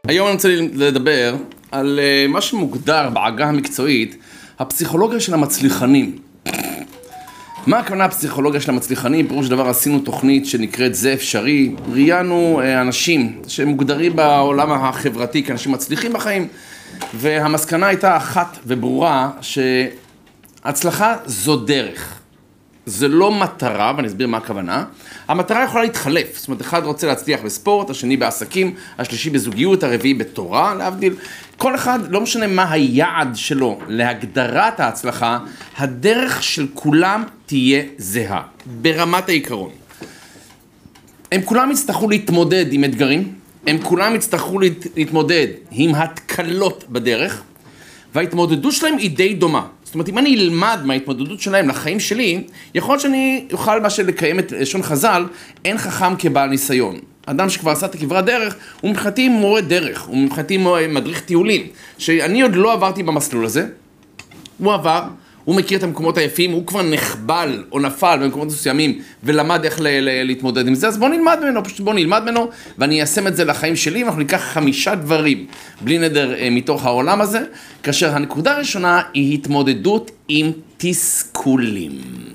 היום אני רוצה לדבר על מה שמוגדר בעגה המקצועית, הפסיכולוגיה של המצליחנים. מה הכוונה הפסיכולוגיה של המצליחנים? פירוש דבר עשינו תוכנית שנקראת זה אפשרי. ראיינו אנשים שמוגדרים בעולם החברתי כאנשים מצליחים בחיים, והמסקנה הייתה אחת וברורה שהצלחה זו דרך. זה לא מטרה, ואני אסביר מה הכוונה. המטרה יכולה להתחלף. זאת אומרת, אחד רוצה להצליח בספורט, השני בעסקים, השלישי בזוגיות, הרביעי בתורה, להבדיל. כל אחד, לא משנה מה היעד שלו להגדרת ההצלחה, הדרך של כולם תהיה זהה, ברמת העיקרון. הם כולם יצטרכו להתמודד עם אתגרים, הם כולם יצטרכו להתמודד עם התקלות בדרך, וההתמודדות שלהם היא די דומה. זאת אומרת, אם אני אלמד מההתמודדות שלהם לחיים שלי, יכול להיות שאני אוכל מה לקיים את לשון חז"ל, אין חכם כבעל ניסיון. אדם שכבר עשה את כברת דרך, הוא מבחינתי מורה דרך, הוא מבחינתי מדריך טיולים, שאני עוד לא עברתי במסלול הזה, הוא עבר, הוא מכיר את המקומות היפים, הוא כבר נחבל או נפל במקומות מסוימים ולמד איך להתמודד עם זה, אז בוא נלמד ממנו, פשוט בוא נלמד ממנו ואני אעשם את זה לחיים שלי, ואנחנו ניקח 5 דברים בלי נדר מתוך העולם הזה, כאשר הנקודה הראשונה היא התמודדות עם תסכולים.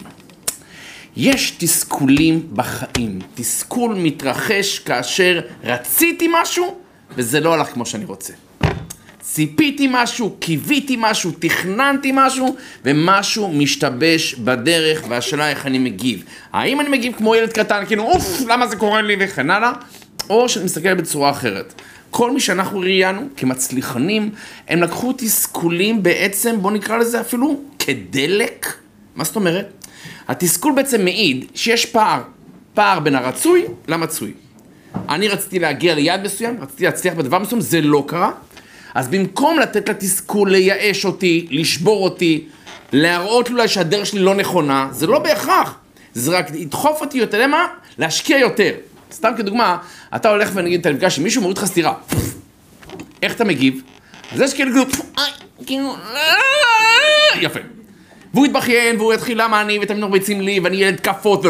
יש תסכולים בחיים, תסכול מתרחש כאשר רציתי משהו וזה לא הלך כמו שאני רוצה. ציפיתי משהו, קיוויתי משהו, תכננתי משהו, ומשהו משתבש בדרך, והשאלה איך אני מגיב. האם אני מגיב כמו ילד קטן, כאילו, אוף, למה זה קורה לי וכן הלאה? או שאני מסתכל בצורה אחרת. כל מי שאנחנו ראיינו כמצליחנים, הם לקחו תסכולים בעצם, בוא נקרא לזה אפילו כדלק. מה זאת אומרת? התסכול בעצם מעיד שיש פער בין הרצוי למצוי. אני רציתי להגיע ליעד מסוים, רציתי להצליח בדבר מסוים, זה לא קרה. אז במקום לתת לתסכול לייאש אותי, לשבור אותי, להראות אולי שהדרך שלי לא נכונה, זה לא בהכרח. זה רק ידחוף אותי יותר, למה? להשקיע יותר. סתם כדוגמה, אתה הולך ונגיד, אתה נפגש עם מישהו מוריד לך סתירה. איך אתה מגיב? אז יש כאילו, יפה. והוא יתבכיין, והוא יתחיל למה אני, ותמיד מרביצים לי, ואני ילד כפות.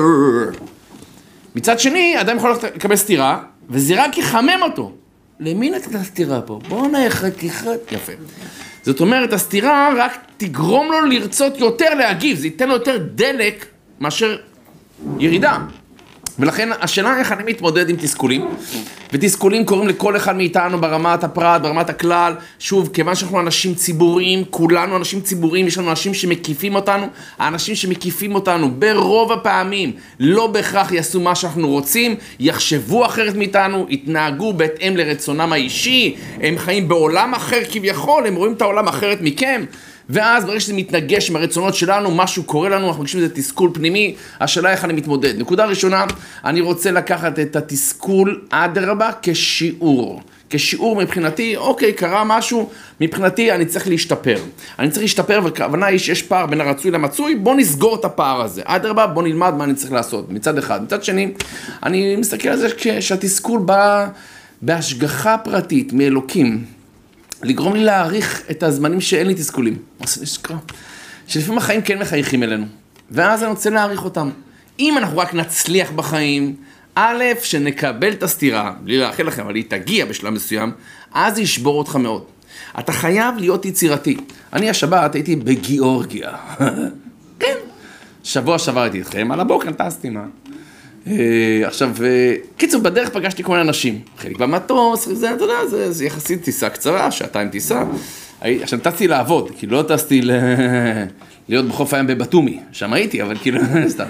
מצד שני, אדם יכול לקבל סתירה, וזה רק יחמם אותו. למי נתת הסתירה פה? בואו חתיכת. יפה. זאת אומרת, הסתירה רק תגרום לו לרצות יותר להגיב, זה ייתן לו יותר דלק מאשר ירידה. ולכן השאלה איך אני מתמודד עם תסכולים, ותסכולים קוראים לכל אחד מאיתנו ברמת הפרט, ברמת הכלל, שוב, כיוון שאנחנו אנשים ציבוריים, כולנו אנשים ציבוריים, יש לנו אנשים שמקיפים אותנו, האנשים שמקיפים אותנו ברוב הפעמים לא בהכרח יעשו מה שאנחנו רוצים, יחשבו אחרת מאיתנו, יתנהגו בהתאם לרצונם האישי, הם חיים בעולם אחר כביכול, הם רואים את העולם אחרת מכם, ואז ברגע שזה מתנגש עם הרצונות שלנו, משהו קורה לנו, אנחנו מרגישים שזה תסכול פנימי, השאלה איך אני מתמודד. נקודה ראשונה, אני רוצה לקחת את התסכול אדרבה כשיעור. כשיעור מבחינתי, אוקיי, קרה משהו, מבחינתי אני צריך להשתפר. אני צריך להשתפר, והכוונה היא שיש פער בין הרצוי למצוי, בוא נסגור את הפער הזה. אדרבה, בוא נלמד מה אני צריך לעשות, מצד אחד. מצד שני, אני מסתכל על זה שהתסכול בא בהשגחה פרטית מאלוקים. לגרום לי להעריך את הזמנים שאין לי תסכולים. שלפעמים החיים כן מחייכים אלינו. ואז אני רוצה להעריך אותם. אם אנחנו רק נצליח בחיים, א', שנקבל את הסתירה, בלי לאחל לכם, אבל היא תגיע בשלב מסוים, אז זה ישבור אותך מאוד. אתה חייב להיות יצירתי. אני השבת הייתי בגיאורגיה. כן. שבוע שעבר הייתי איתכם, על הבוקר טסתי, מה? עכשיו, קיצור, בדרך פגשתי כל מיני אנשים, חלק במטוס, זה, אתה יודע, זה יחסית טיסה קצרה, 2 טיסה. עכשיו, טסתי לעבוד, כאילו לא טסתי להיות בחוף הים בבטומי, שם הייתי, אבל כאילו, סתם.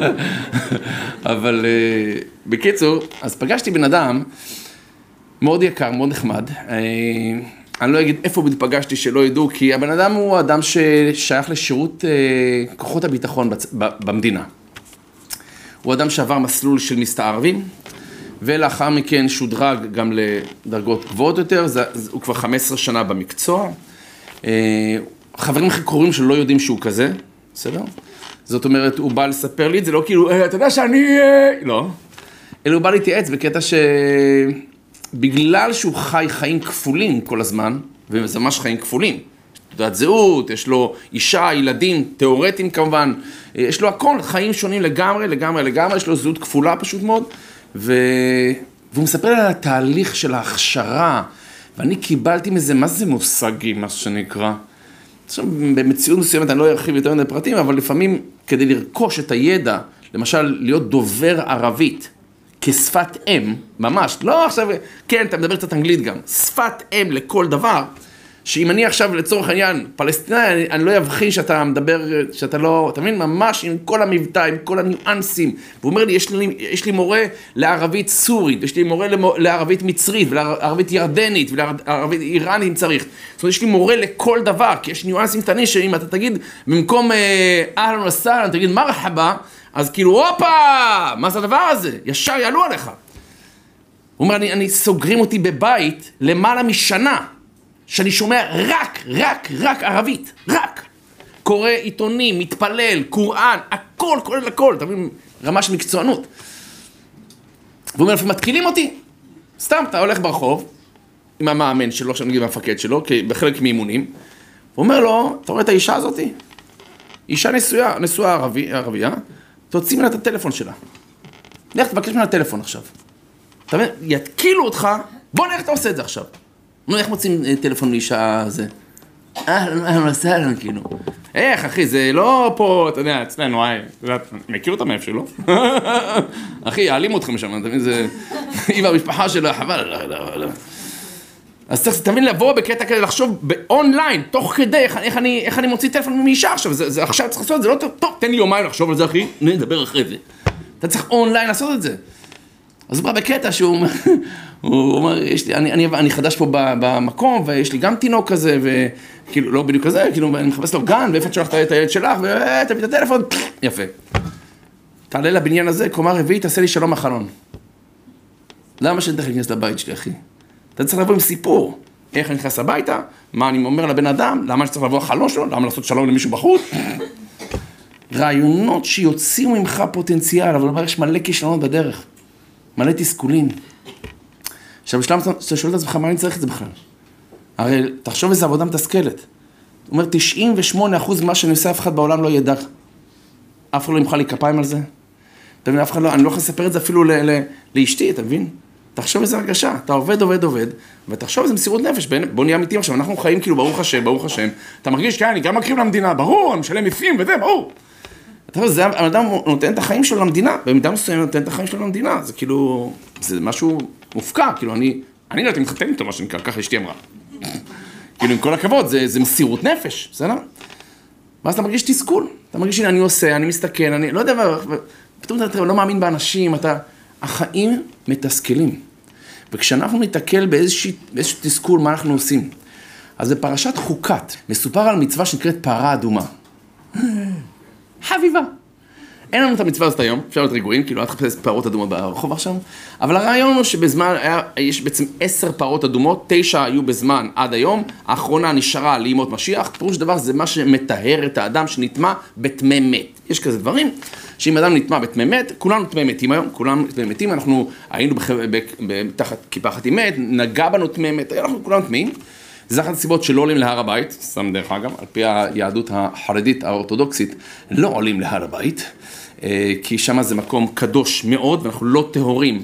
אבל בקיצור, אז פגשתי בן אדם מאוד יקר, מאוד נחמד. אני לא אגיד איפה פגשתי שלא ידעו, כי הבן אדם הוא אדם ששייך לשירות כוחות הביטחון במדינה. הוא אדם שעבר מסלול של מסתערבים, ולאחר מכן שודרג גם לדרגות גבוהות יותר, הוא כבר 15 שנה במקצוע. חברים קרובים שלא יודעים שהוא כזה, בסדר? זאת אומרת, הוא בא לספר לי את זה, לא כאילו, אתה יודע שאני... לא. אלא הוא בא להתייעץ בקטע שבגלל שהוא חי חיים כפולים כל הזמן, וזה ממש חיים כפולים, תעודת זהות, יש לו אישה, ילדים, תיאורטיים כמובן, יש לו הכל, חיים שונים לגמרי, יש לו זהות כפולה פשוט מאוד, והוא מספר על התהליך של ההכשרה, ואני קיבלתי מזה, מה זה מושגים, מה שנקרא? עכשיו, במציאות מסוימת אני לא ארחיב יותר מדי פרטים, אבל לפעמים כדי לרכוש את הידע, למשל להיות דובר ערבית, כשפת אם, ממש, לא עכשיו, כן, אתה מדבר קצת אנגלית גם, שפת אם לכל דבר, שאם אני עכשיו לצורך העניין פלסטינאי, אני לא אבחין שאתה מדבר, שאתה לא, אתה מבין, ממש עם כל המבטא, עם כל הניואנסים, והוא אומר לי, יש לי מורה לערבית סורית, יש לי מורה לערבית מצרית, ולערבית ירדנית, ולערבית איראנית אם צריך, זאת אומרת, יש לי מורה לכל דבר, כי יש ניואנסים קטנים שאם אתה תגיד, במקום אהלן וסהלן, תגיד מרחבה, אז כאילו, הופה, מה זה הדבר הזה? ישר יעלו עליך. הוא אומר, אני סוגרים אותי בבית למעלה משנה, שאני שומע רק ערבית, רק. קורא עיתונים, מתפלל, קוראן, הכל, כולל הכל, אתה מבין, רמה של מקצוענות. והוא אומר, לפעמים מתקילים אותי, סתם, אתה הולך ברחוב, עם המאמן שלו, שאני נגיד המפקד שלו, בחלק מאימונים, הוא אומר לו, אתה רואה את האישה הזאת? אישה נשואה ערבייה, תוציא ממנה את הטלפון שלה. לך תבקש ממנה טלפון עכשיו. אתה מבין, יתקילו אותך, בוא נראה איך אתה עושה את זה עכשיו. נו, איך מוצאים טלפון לאישה הזה? אהלן, כאילו. איך, אחי, זה לא פה, אתה יודע, אצלנו, מכיר אותה מאיפה שלא? אחי, יעלים אתכם שם, אתה מבין, זה... היא והמשפחה שלה, חבל, לא. אז צריך, תבין, לבוא בקטע כזה, לחשוב באונליין, תוך כדי, איך אני מוציא טלפון מאישה עכשיו, זה עכשיו צריך לעשות את זה, לא טוב, תן לי יומיים לחשוב על זה, אחי, נדבר אחרי זה. אתה צריך אונליין לעשות את זה. אז הוא בא בקטע שהוא אומר, אני חדש פה במקום, ויש לי גם תינוק כזה, וכאילו, לא בדיוק כזה, כאילו, אני מחפש לו גן, ואיפה תשלח את הילד שלך, ותביא את הטלפון, יפה. תעלה לבניין הזה, קומה רביעית, תעשה לי שלום החלון. למה שאני צריך להכנס לבית שלי, אחי? אתה צריך לבוא עם סיפור. איך אני נכנס הביתה? מה אני אומר לבן אדם? למה אני צריך לבוא החלון שלו? למה לעשות שלום למישהו בחוץ? רעיונות שיוציאו ממך פוטנציאל, אבל יש מלא כישלונות בדרך. מלא תסכולים. עכשיו, בשלב אתה שואל את עצמך, מה אני צריך את זה בכלל? הרי תחשוב איזו עבודה מתסכלת. הוא אומר, 98% ממה שאני עושה, אף אחד בעולם לא ידע. אף אחד לא ימחא לי כפיים על זה. אתה מבין, אף אחד לא, אני לא יכול לספר את זה אפילו לאשתי, אתה מבין? תחשוב איזו הרגשה, אתה עובד, ותחשוב איזו מסירות נפש, בוא נהיה אמיתים עכשיו, אנחנו חיים כאילו, ברוך השם, אתה מרגיש, כן, אני גם מקריב למדינה, ברור, אני משלם מיסים וזה, ברור. אתה יודע, האדם נותן את החיים שלו למדינה, במידה מסוימת נותן את החיים שלו למדינה, זה כאילו, זה משהו מופקע, כאילו אני לא הייתי מתחתן איתו, מה שנקרא, ככה אשתי אמרה. כאילו, עם כל הכבוד, זה מסירות נפש, בסדר? ואז אתה מרגיש תסכול, אתה מרגיש, אני עושה, אני מסתכל, אני לא יודע, פתאום אתה לא מאמין באנשים, החיים מתסכלים. וכשאנחנו ניתקל באיזשהו תסכול, מה אנחנו עושים? אז בפרשת חוקת, מסופר על מצווה שנקראת פרה אדומה. חביבה. אין לנו את המצווה הזאת היום, אפשר להיות רגועים, כאילו, את חפשת פרות אדומות ברחוב עכשיו, אבל הרעיון הוא שבזמן, יש בעצם 10 פרות אדומות, 9 היו בזמן עד היום, האחרונה נשארה לימות משיח, פירוש דבר זה מה שמטהר את האדם שנטמע בתמי מת. יש כזה דברים, שאם אדם נטמע בתמי מת, כולנו תמי מתים היום, כולנו תמי מתים, אנחנו היינו תחת כיפה אחת עם מת, נגע בנו תמי מת, אנחנו כולנו תמיים. זה אחת הסיבות שלא עולים להר הבית, סתם דרך אגב, על פי היהדות החרדית האורתודוקסית, לא עולים להר הבית, כי שם זה מקום קדוש מאוד, ואנחנו לא טהורים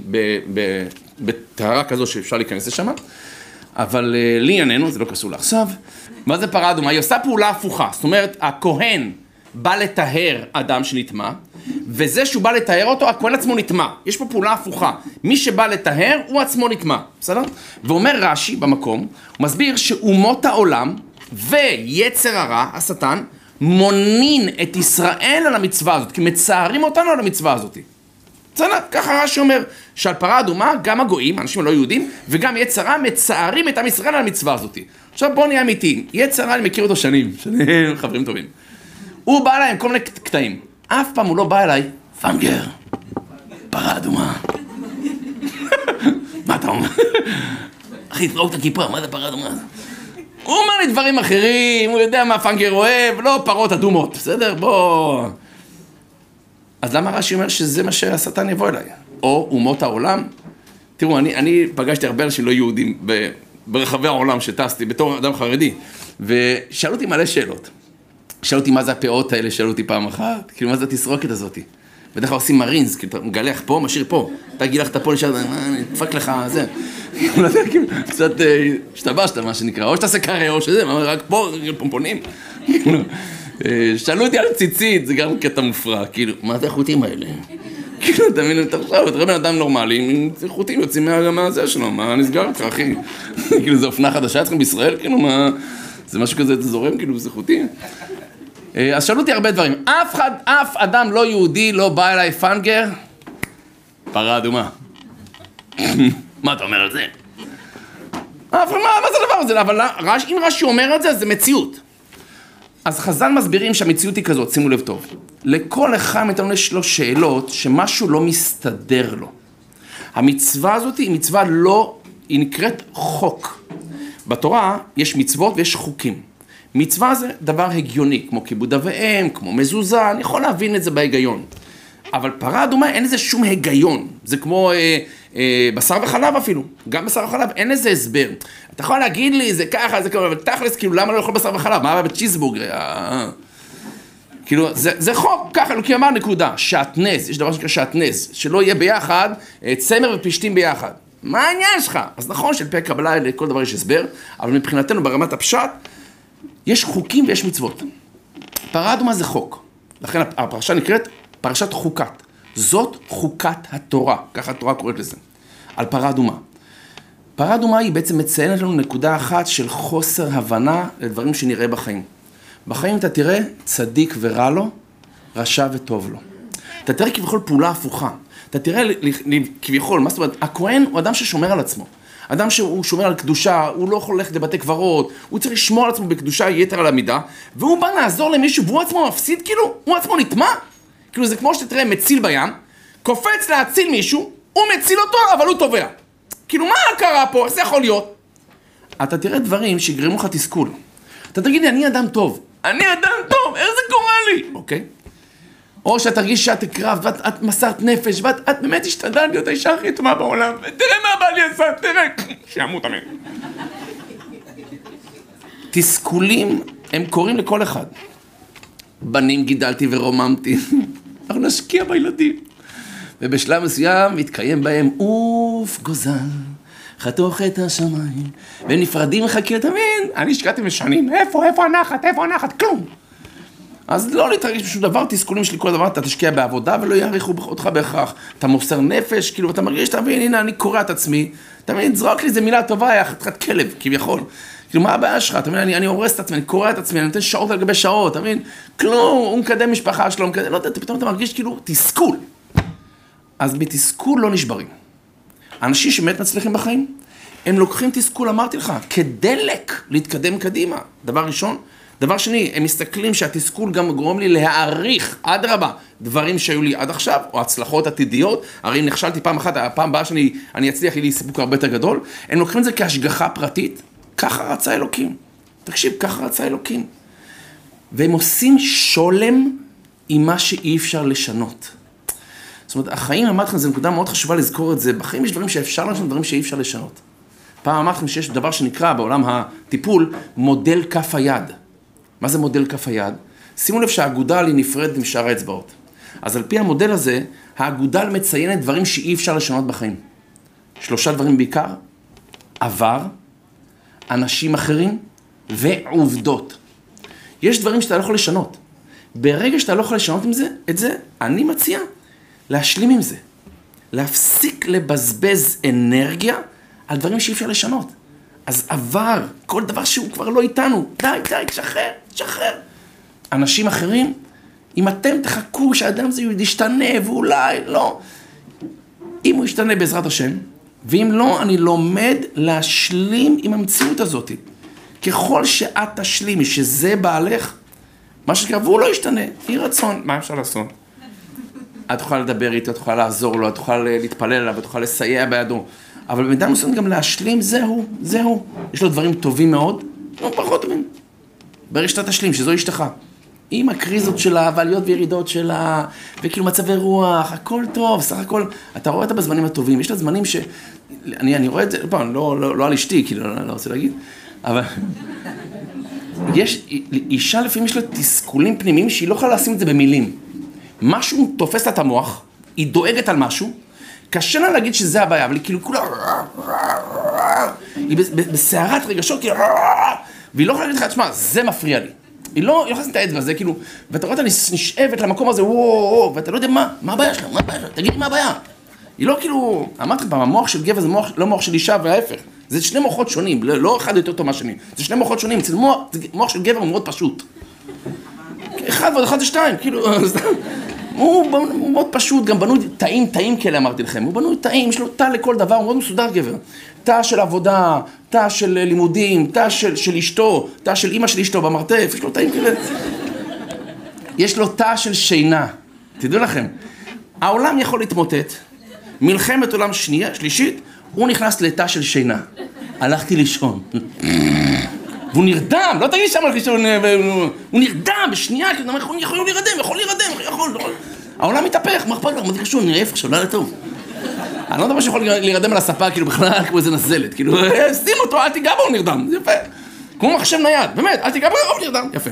בטהרה כזו שאפשר להיכנס לשם, אבל לענייננו, זה לא קשור לעכשיו. מה זה פרה אדומה? היא עושה פעולה הפוכה, זאת אומרת, הכהן בא לטהר אדם שנטמע, וזה שהוא בא לטהר אותו, הכהן עצמו נטמע. יש פה פעולה הפוכה. מי שבא לטהר, הוא עצמו נטמע, בסדר? ואומר רש"י במקום, הוא מסביר שאומות העולם ויצר הרע, השטן, מונין את ישראל על המצווה הזאת, כי מצערים אותנו על המצווה הזאת. בסדר? ככה רש"י אומר, שעל פרה אדומה, גם הגויים, אנשים לא יהודים, וגם יצר הרע מצערים את עם ישראל על המצווה הזאת. עכשיו בואו נהיה אמיתיים. יצר הרע, אני מכיר אותו שנים, חברים טובים. הוא בא אליי עם כל מיני קטעים. אף פעם הוא לא בא אליי, פנגר, פרה אדומה. מה אתה אומר? אחי, תראו את הכיפה, מה זה פרה אדומה? הוא אומר לי דברים אחרים, הוא יודע מה פנגר אוהב, לא פרות אדומות, בסדר? בוא. אז למה רש"י אומר שזה מה שהשטן יבוא אליי? או אומות העולם? תראו, אני פגשתי הרבה אנשים לא יהודים ברחבי העולם שטסתי בתור אדם חרדי, ושאלו אותי מלא שאלות. שאלו אותי מה זה הפאות האלה, שאלו אותי פעם אחת, כאילו מה זה התסרוקת הזאת. בדרך כלל עושים מרינס, כאילו, אתה מגלח פה, משאיר פה. אתה גילח את פה לשאר, נדפק לך, זה. קצת השתבשת, מה שנקרא. או שתעשה קריה, או שזה, רק פה, פומפונים. שאלו אותי על ציצית, זה גם קטע מופרע. כאילו, מה זה החוטים האלה? כאילו, אתה מבין, אתה חושב, אתה רואה בן אדם נורמלי, חוטים יוצאים מהזה שלו, מה נסגר לך, אחי? כאילו, זו אופנה חדשה אצלכם בישראל, כאילו, מה... זה משהו כזה, זה זורם, כאילו, זה חוטים. אז שאלו אותי הרבה דברים. אף אדם לא יהודי לא בא אליי פנגר, פרה אדומה. מה אתה אומר על זה? מה זה הדבר הזה? אבל אם רש"י אומר את זה, זה מציאות. אז חז"ל מסבירים שהמציאות היא כזאת, שימו לב טוב. לכל אחד מאיתנו יש לו שאלות שמשהו לא מסתדר לו. המצווה הזאת היא מצווה לא, היא נקראת חוק. בתורה יש מצוות ויש חוקים. מצווה זה דבר הגיוני, כמו כיבוד אב ואם, כמו מזוזה, אני יכול להבין את זה בהיגיון. אבל פרה אדומה אין לזה שום היגיון. זה כמו בשר וחלב אפילו. גם בשר וחלב אין לזה הסבר. אתה יכול להגיד לי, זה ככה, זה ככה, אבל תכלס, כאילו, למה לא לאכול בשר וחלב? מה בצ'יזבורגר? כאילו, זה חוק, ככה, אלוקים אמר נקודה. שעטנז, יש דבר שנקרא שעטנז, שלא יהיה ביחד, צמר ופשטים ביחד. מה העניין שלך? אז נכון שלפי הקבלה לכל דבר יש הסבר, אבל מבחינתנו ברמת הפשט, יש חוקים ויש מצוות. פרה אדומה זה חוק. לכן הפרשה נקראת פרשת חוקת. זאת חוקת התורה, ככה התורה קוראת לזה. על פרה אדומה. פרה אדומה היא בעצם מציינת לנו נקודה אחת של חוסר הבנה לדברים שנראה בחיים. בחיים אתה תראה צדיק ורע לו, רשע וטוב לו. אתה תראה כביכול פעולה הפוכה. אתה תראה כביכול, מה זאת אומרת? הכהן הוא אדם ששומר על עצמו. אדם שהוא שומר על קדושה, הוא לא יכול ללכת לבתי קברות, הוא צריך לשמור על עצמו בקדושה יתר על המידה, והוא בא לעזור למישהו והוא עצמו מפסיד, כאילו, הוא עצמו נטמע. כאילו זה כמו שתראה מציל בים, קופץ להציל מישהו, הוא מציל אותו, אבל הוא טובע. כאילו, מה קרה פה? איך זה יכול להיות? אתה תראה דברים שיגרמו לך תסכול. אתה תגיד לי, אני אדם טוב. אני אדם טוב, איך זה קורה לי? אוקיי? או שאתה תרגיש שאת הקרב, ואת מסרת נפש, ואת באמת השתדלת להיות האישה הכי טובה בעולם, ותראה מה בא לי עשה, תראה, שימות אמן. תסכולים הם קוראים לכל אחד. בנים גידלתי ורוממתי, אנחנו נשקיע בילדים. ובשלב מסוים מתקיים בהם אוף גוזל, חתוך את השמיים, והם נפרדים מחכים, אתה מבין? אני השקעתי משנים, איפה הנחת, כלום. אז לא להתרגש בשום דבר, תסכולים שלי כל דבר, אתה תשקיע בעבודה ולא יעריכו אותך בהכרח. אתה מוסר נפש, כאילו, אתה מרגיש, אתה מבין, הנה, אני קורא את עצמי, אתה מבין, זרוק לי איזה מילה טובה, היה חתיכת כלב, כביכול. כאילו, מה הבעיה שלך? אתה מבין, אני הורס את עצמי, אני קורא את עצמי, אני נותן שעות על גבי שעות, אתה מבין? כלום, הוא מקדם משפחה שלו, לא יודע, פתאום אתה מרגיש כאילו, תסכול. אז בתסכול לא נשברים. אנשים שבאמת מצליחים בחיים, הם לוקחים תסכול, אמרתי לך, כדלק להתקדם קדימה. דבר ראשון. דבר שני, הם מסתכלים שהתסכול גם גורם לי להעריך, עד רבה, דברים שהיו לי עד עכשיו, או הצלחות עתידיות. הרי אם נכשלתי פעם אחת, הפעם הבאה שאני אצליח, יהיה לי סיפוק הרבה יותר גדול. הם לוקחים את זה כהשגחה פרטית, ככה רצה אלוקים. תקשיב, ככה רצה אלוקים. והם עושים שולם עם מה שאי אפשר לשנות. זאת אומרת, החיים, אמרתי לכם, זו נקודה מאוד חשובה לזכור את זה. בחיים יש דברים שאפשר לשנות, דברים שאי אפשר לשנות. פעם אמרתי לכם שיש דבר שנקרא בעולם הטיפול, מודל כף היד. מה זה מודל כף היד? שימו לב שהאגודל היא נפרדת עם שאר האצבעות. אז על פי המודל הזה, האגודל מציינת דברים שאי אפשר לשנות בחיים. 3 דברים בעיקר, עבר, אנשים אחרים ועובדות. יש דברים שאתה לא יכול לשנות. ברגע שאתה לא יכול לשנות את זה, אני מציע להשלים עם זה. להפסיק לבזבז אנרגיה על דברים שאי אפשר לשנות. אז עבר, כל דבר שהוא כבר לא איתנו, די, תשחרר. אנשים אחרים, אם אתם תחכו שהאדם הזה ישתנה ואולי לא, אם הוא ישתנה בעזרת השם, ואם לא, אני לומד להשלים עם המציאות הזאת. ככל שאת תשלימי שזה בעלך, מה שקרה, והוא לא ישתנה, יהי רצון, מה אפשר לעשות? את תוכל לדבר איתו, את תוכל לעזור לו, את תוכל להתפלל עליו, את תוכל לסייע בידו. אבל במידה מסוימת גם להשלים, זהו. יש לו דברים טובים מאוד, לא פחות טובים. ברגע שאתה תשלים, שזו אשתך. עם הקריזות שלה, ועליות וירידות שלה, וכאילו מצבי רוח, הכל טוב, סך הכל, אתה רואה אותה בזמנים הטובים. יש לה זמנים ש... אני רואה את זה, לא על אשתי, כאילו, לא רוצה להגיד, אבל... יש, אישה לפעמים יש לה תסכולים פנימיים שהיא לא יכולה לשים את זה במילים. משהו תופס את המוח, היא דואגת על משהו, קשה לה להגיד שזה הבעיה, אבל היא כאילו כולה... היא בסערת רגשות, כאילו... והיא לא יכולה להגיד לך, תשמע, זה מפריע לי. היא לא יכולה לתת את זה, כאילו... ואתה רואה אותה נשאבת למקום הזה, ואתה לא יודע מה הבעיה שלה, תגיד לי מה הבעיה. היא לא כאילו... אמרתי לך, המוח של גבר זה לא מוח של אישה וההפך. זה שני מוחות שונים, לא אחד יותר טוב מהשני. זה שני מוחות שונים, אצל מוח של גבר הוא מאוד פשוט. אחד ועוד אחד זה שתיים, כאילו... הוא מאוד פשוט, גם בנוי תאים כאלה אמרתי לכם, הוא בנוי תאים, יש לו תא לכל דבר, הוא מאוד מסודר גבר. תא של עבודה, תא של לימודים, תא של אשתו, תא של אמא של אשתו במרתף, יש לו תאים כאלה. יש לו תא של שינה, תדעו לכם, העולם יכול להתמוטט, מלחמת עולם שלישית, הוא נכנס לתא של שינה. הלכתי לישון. והוא נרדם, לא תגיד שם הלכתי לישון, הוא נרדם בשנייה, כי הוא יכול להירדם. העולם מתהפך, מה אכפת לך? מה תקשור, נראה איפה עכשיו, לא טוב. אני לא יודע מה שיכול להירדם על הספה, כאילו בכלל כמו איזה נזלת, כאילו, שים אותו, אל תיגע בו, הוא נרדם, זה יפה. כמו מחשב נייד, באמת, אל תיגע בו, הוא נרדם, יפה.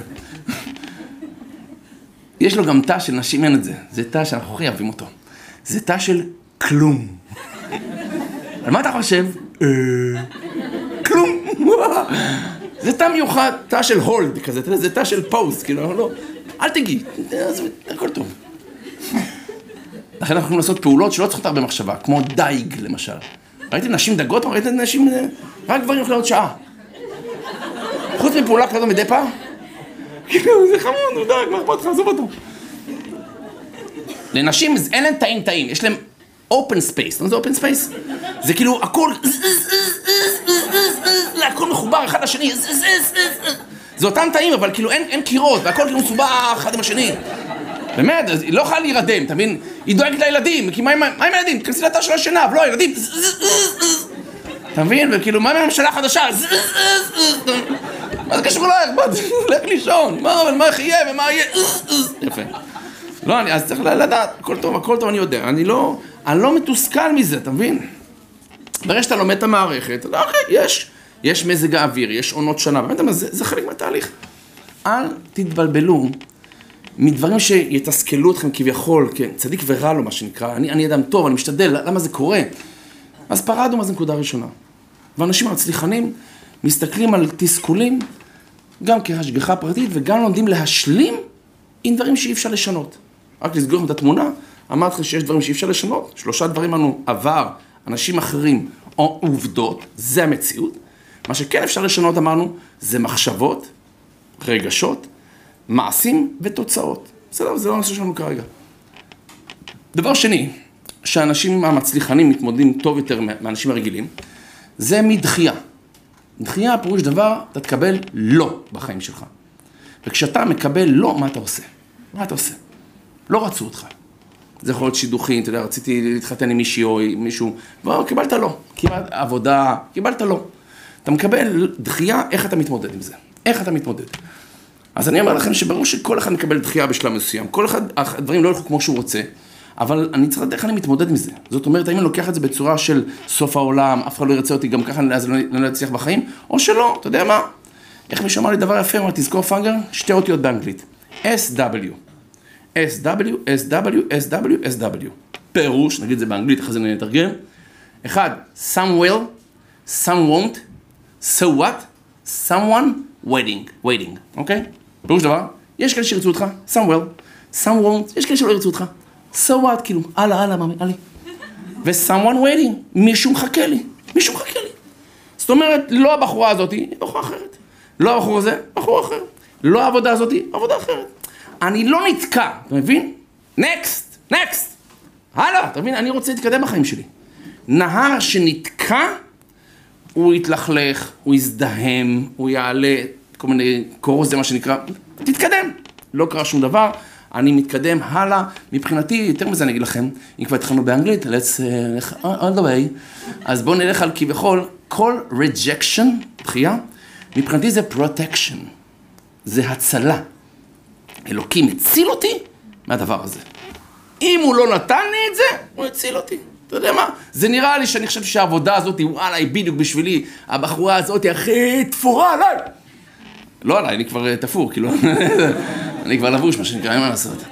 יש לו גם תא של נשים, אין את זה. זה תא שאנחנו חייבים אותו. זה תא של כלום. על מה אתה חושב? כלום. זה תא מיוחד, תא של הולד כזה, זה תא של פאוס, כאילו, לא, אל תגיע, הכל טוב. לכן אנחנו יכולים לעשות פעולות שלא צריכות הרבה מחשבה, כמו דייג למשל. ראיתם נשים דגות? ראיתם נשים, רק דברים יכולים להיות שעה. חוץ מפעולה כזו מדי פעם? כאילו, זה חמוד, הוא דייג, מה אכפת לך, עזוב אותו. לנשים אין להם תאים, יש להם open space, זה open space? זה כאילו הכל, הכל מחובר אחד לשני, זה אותם תאים, אבל כאילו אין קירות, והכל כאילו מסובך אחד עם השני. באמת, היא לא יכולה להירדם, אתה מבין? היא דואגת לילדים, כי מה עם הילדים? תכנסי לתא של השינה, אבל לא, הילדים, אתה מבין? וכאילו, מה עם הממשלה החדשה? מה זה קשור אלייך? לך לישון, מה איך יהיה ומה יהיה? יפה. לא, אז צריך לדעת, הכל טוב, אני יודע. אני לא מתוסכל מזה, אתה מבין? ברגע שאתה לומד את המערכת, יש מזג האוויר, יש עונות שנה, באמת, זה חלק מהתהליך. אל תתבלבלו מדברים שיתסכלו אתכם כביכול, כן, צדיק ורע לו מה שנקרא, אני אדם טוב, אני משתדל, למה זה קורה? אז פרדנו מה זה נקודה ראשונה. ואנשים המצליחנים מסתכלים על תסכולים, גם כהשגחה פרטית, וגם לומדים להשלים עם דברים שאי אפשר לשנות. רק לסגור את התמונה, אמרתי לך שיש דברים שאי אפשר לשנות, 3 דברים לנו עבר, אנשים אחרים או עובדות, זה המציאות. מה שכן אפשר לשנות, אמרנו, זה מחשבות, רגשות, מעשים ותוצאות. בסדר, זה לא הנושא שלנו כרגע. דבר שני, שהאנשים המצליחנים מתמודדים טוב יותר מהאנשים הרגילים, זה מדחייה. דחייה, פירוש דבר, אתה תקבל לא בחיים שלך. וכשאתה מקבל לא, מה אתה עושה? מה אתה עושה? לא רצו אותך. זה יכול להיות שידוכים, אתה יודע, רציתי להתחתן עם מישהי או מישהו, קיבלת לא. קיבלת עבודה, קיבלת לא. אתה מקבל דחייה, איך אתה מתמודד עם זה? איך אתה מתמודד? אז אני אומר לכם שברור שכל אחד מקבל דחייה בשלב מסוים. כל אחד, הדברים לא ילכו כמו שהוא רוצה, אבל אני צריך לדעת איך אני מתמודד עם זה. זאת אומרת, האם אני לוקח את זה בצורה של סוף העולם, אף אחד לא ירצה אותי, גם ככה אז לא אצליח בחיים, או שלא, אתה יודע מה? איך מישהו אמר לי דבר יפה, אמר, תזכור פאנגר, 2 אותיות באנגלית. SW. SW, SW, SW, SW. פירוש, נגיד זה באנגלית, אחרי זה נתרגם. 1, some will, some won't, so what, someone waiting, אוקיי? פירוש דבר, יש כאלה שירצו אותך, some will, some won't, יש כאלה שלא ירצו אותך, so what, כאילו, הלאה, מאמי, עלי. ו-someone waiting, מישהו מחכה לי. זאת אומרת, לא הבחורה הזאת, היא בחורה אחרת. לא הבחור הזה, בחור אחר. לא העבודה הזאת, עבודה אחרת. אני לא נתקע, אתה מבין? next, הלאה, אתה מבין? אני רוצה להתקדם בחיים שלי. נהר שנתקע, הוא יתלכלך, הוא יזדהם, הוא יעלה, כל מיני קורוס, זה מה שנקרא, תתקדם. לא קרה שום דבר, אני מתקדם הלאה. מבחינתי, יותר מזה אני אגיד לכם, אם כבר התחלנו באנגלית, let's on the way, אז בואו נלך על כביכול, כל rejection, דחייה, מבחינתי זה protection, זה הצלה. אלוקים הציל אותי מהדבר הזה. אם הוא לא נתן לי את זה, הוא הציל אותי. אתה יודע מה? זה נראה לי שאני חושב שהעבודה הזאת, וואלה, היא בדיוק בשבילי, הבחורה הזאת היא הכי תפורה עליי. לא עליי, אני כבר תפור, כאילו, אני כבר לבוש, מה שנקרא, אין מה לעשות.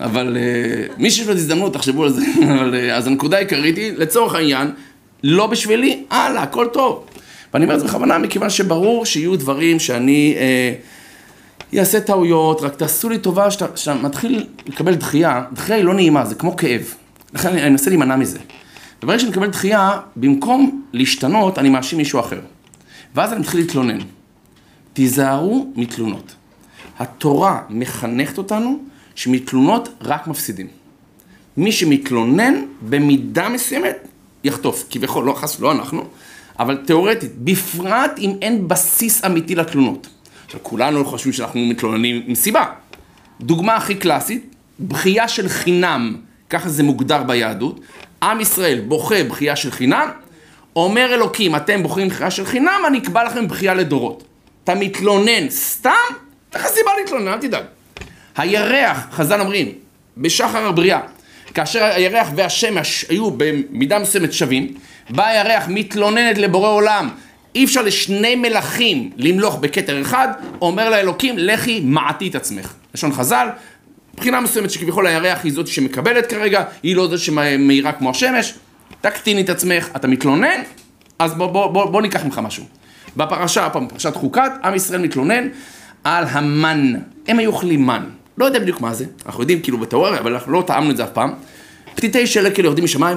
אבל מי שיש לו הזדמנות, תחשבו על זה. אז הנקודה העיקרית היא, לצורך העניין, לא בשבילי, הלאה, הכל טוב. ואני אומר את זה בכוונה, מכיוון שברור שיהיו דברים שאני אעשה טעויות, רק תעשו לי טובה שאתה מתחיל לקבל דחייה, דחייה היא לא נעימה, זה כמו כאב. לכן אני מנסה להימנע מזה. וברגע שאני מקבל דחייה, במקום להשתנות, אני מאשים מישהו אחר. ואז אני מתחיל להתלונן. תיזהרו מתלונות. התורה מחנכת אותנו שמתלונות רק מפסידים. מי שמתלונן במידה מסוימת יחטוף, כביכול, לא אנחנו, אבל תיאורטית, בפרט אם אין בסיס אמיתי לתלונות. עכשיו, כולנו חושבים שאנחנו מתלוננים עם סיבה. דוגמה הכי קלאסית, בחייה של חינם, ככה זה מוגדר ביהדות, עם ישראל בוכה בחייה של חינם, אומר אלוקים, אתם בוחרים בחייה של חינם, אני אקבע לכם בחייה לדורות. אתה מתלונן סתם, אתה סיבה להתלונן, אל תדאג. הירח, חז"ל אומרים, בשחר הבריאה, כאשר הירח והשמש היו במידה מסוימת שווים, בא הירח מתלוננת לבורא עולם, אי אפשר לשני מלכים למלוך בכתר אחד, אומר לאלוקים, לכי מעטי את עצמך. לשון חז"ל, בחינה מסוימת שכביכול הירח היא זאת שמקבלת כרגע, היא לא זאת שמאירה כמו השמש, תקטיני את עצמך, אתה מתלונן, אז בוא ניקח ממך משהו. בפרשה, פרשת חוקת, עם ישראל מתלונן על המן. הם היו אוכלים מן. לא יודע בדיוק מה זה. אנחנו יודעים כאילו בתיאוריה, אבל אנחנו לא טעמנו את זה אף פעם. פתיתי שלג כאילו יורדים משמיים,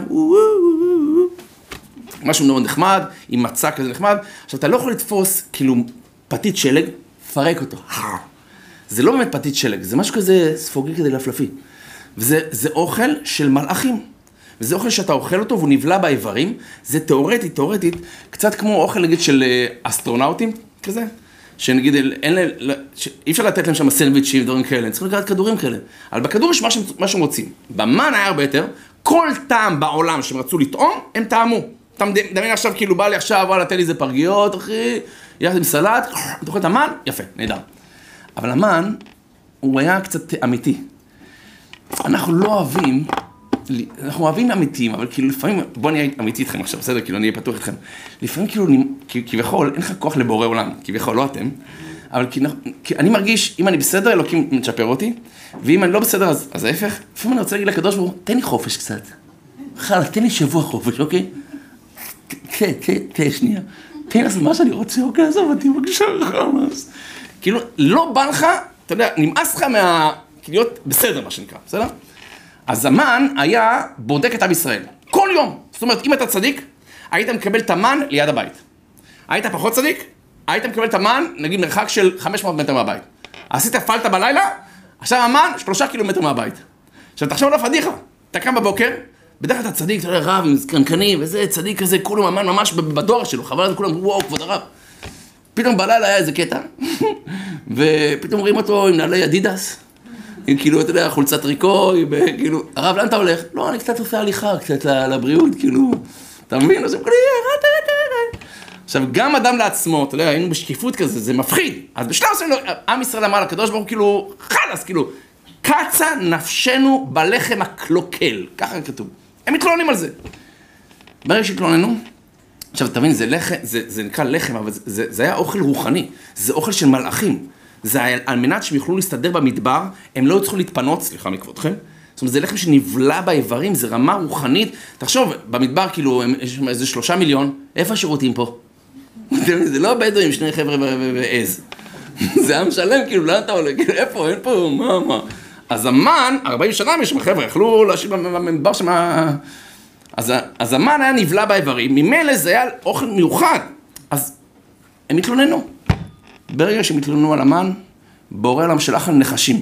משהו מאוד נחמד, עם מצע כזה נחמד. עכשיו, אתה לא יכול לתפוס כאילו פתית שלג, פרק אותו. זה לא באמת פתית שלג, זה משהו כזה ספוגי כזה לפלפי. וזה אוכל של מלאכים. וזה אוכל שאתה אוכל אותו והוא נבלע באיברים. זה תיאורטית, קצת כמו אוכל נגיד של אסטרונאוטים כזה. שנגיד, אי אפשר לתת להם שם סנדוויצ'ים, דברים כאלה, הם צריכים לקחת כדורים כאלה. אבל בכדור יש מה שהם רוצים. במן היה הרבה יותר, כל טעם בעולם שהם רצו לטעום, הם טעמו. אתה מדמיין עכשיו, כאילו בא לי עכשיו, וואלה, תן לי איזה פרגיות, אחי, יחד עם סלט, אתה אוכל את המן, יפה, נהדר. אבל המן, הוא היה קצת אמיתי. אנחנו לא אוהבים, אנחנו אוהבים אמיתיים, אבל כאילו לפעמים, בוא נהיה אמיתי איתכם עכשיו, בסדר? כאילו אני אהיה פתוח איתכם. לפעמים כאילו, כביכול, אין לך כוח לבורא עולם, כביכול, לא אתם, אבל אני מרגיש, אם אני בסדר, אלוקים מצ'פר אותי, ואם אני לא בסדר, אז ההפך, לפעמים אני רוצה להגיד לקדוש ברוך הוא, תן לי חופש קצת. חלה, תן לי שבוע חופש, אוקיי? שנייה. תן לי לעשות מה שאני רוצה, אוקיי, עזוב אותי, בבקשה, חלאס. כאילו, לא בא לך, אתה יודע, נמאס לך להיות בסדר, מה שנקרא, בסדר? אז המן היה בודק את עם ישראל, כל יום. זאת אומרת, אם אתה צדיק, היית מקבל את המן ליד הבית. היית פחות צדיק, היית מקבל את המן, נגיד מרחק של 500 מטר מהבית. עשית פלטה בלילה, עכשיו המן 3 קילומטר מהבית. עכשיו תחשוב על הפדיחה, אתה קם בבוקר, בדרך כלל אתה צדיק, אתה יודע, רב עם קנקנים וזה, צדיק כזה, כולו המן ממש בדואר שלו, חבל על זה כולם, וואו, כבוד הרב. פתאום בלילה היה איזה קטע, ופתאום רואים אותו עם נעלי אדידס. כאילו, אתה יודע, חולצת טריקו, כאילו, הרב, לאן אתה הולך? לא, אני קצת עושה הליכה, קצת לבריאות, כאילו, אתה מבין? אז הם כאילו, עכשיו, גם אדם לעצמו, אתה יודע, היינו בשקיפות כזה, זה מפחיד. אז בשלב עושים לו, עם ישראל אמר לקדוש ברוך הוא, כאילו, חלאס, כאילו, קצה נפשנו בלחם הקלוקל, ככה כתוב. הם מתלוננים על זה. ברגע שהתלוננו, עכשיו, תבין, זה נקרא לחם, אבל זה היה אוכל רוחני, זה אוכל של מלאכים. זה על מנת שהם יוכלו להסתדר במדבר, הם לא צריכים להתפנות, סליחה מכבודכם. זאת אומרת, זה לחם שנבלע באיברים, זה רמה רוחנית. תחשוב, במדבר כאילו, יש איזה 3 מיליון, איפה השירותים פה? זה לא בדואים, 2 חבר'ה ועז. זה עם שלם, כאילו, לאן אתה עולה? כאילו, איפה, אין פה, מה? אז המן, 40 שנה משם, חבר'ה, יכלו להשאיר במדבר שם... אז המן היה נבלע באיברים, ממילא זה היה אוכל מיוחד. אז הם התלוננו. ברגע שהם התלוננו על המן, בורא עולם שלח על נחשים.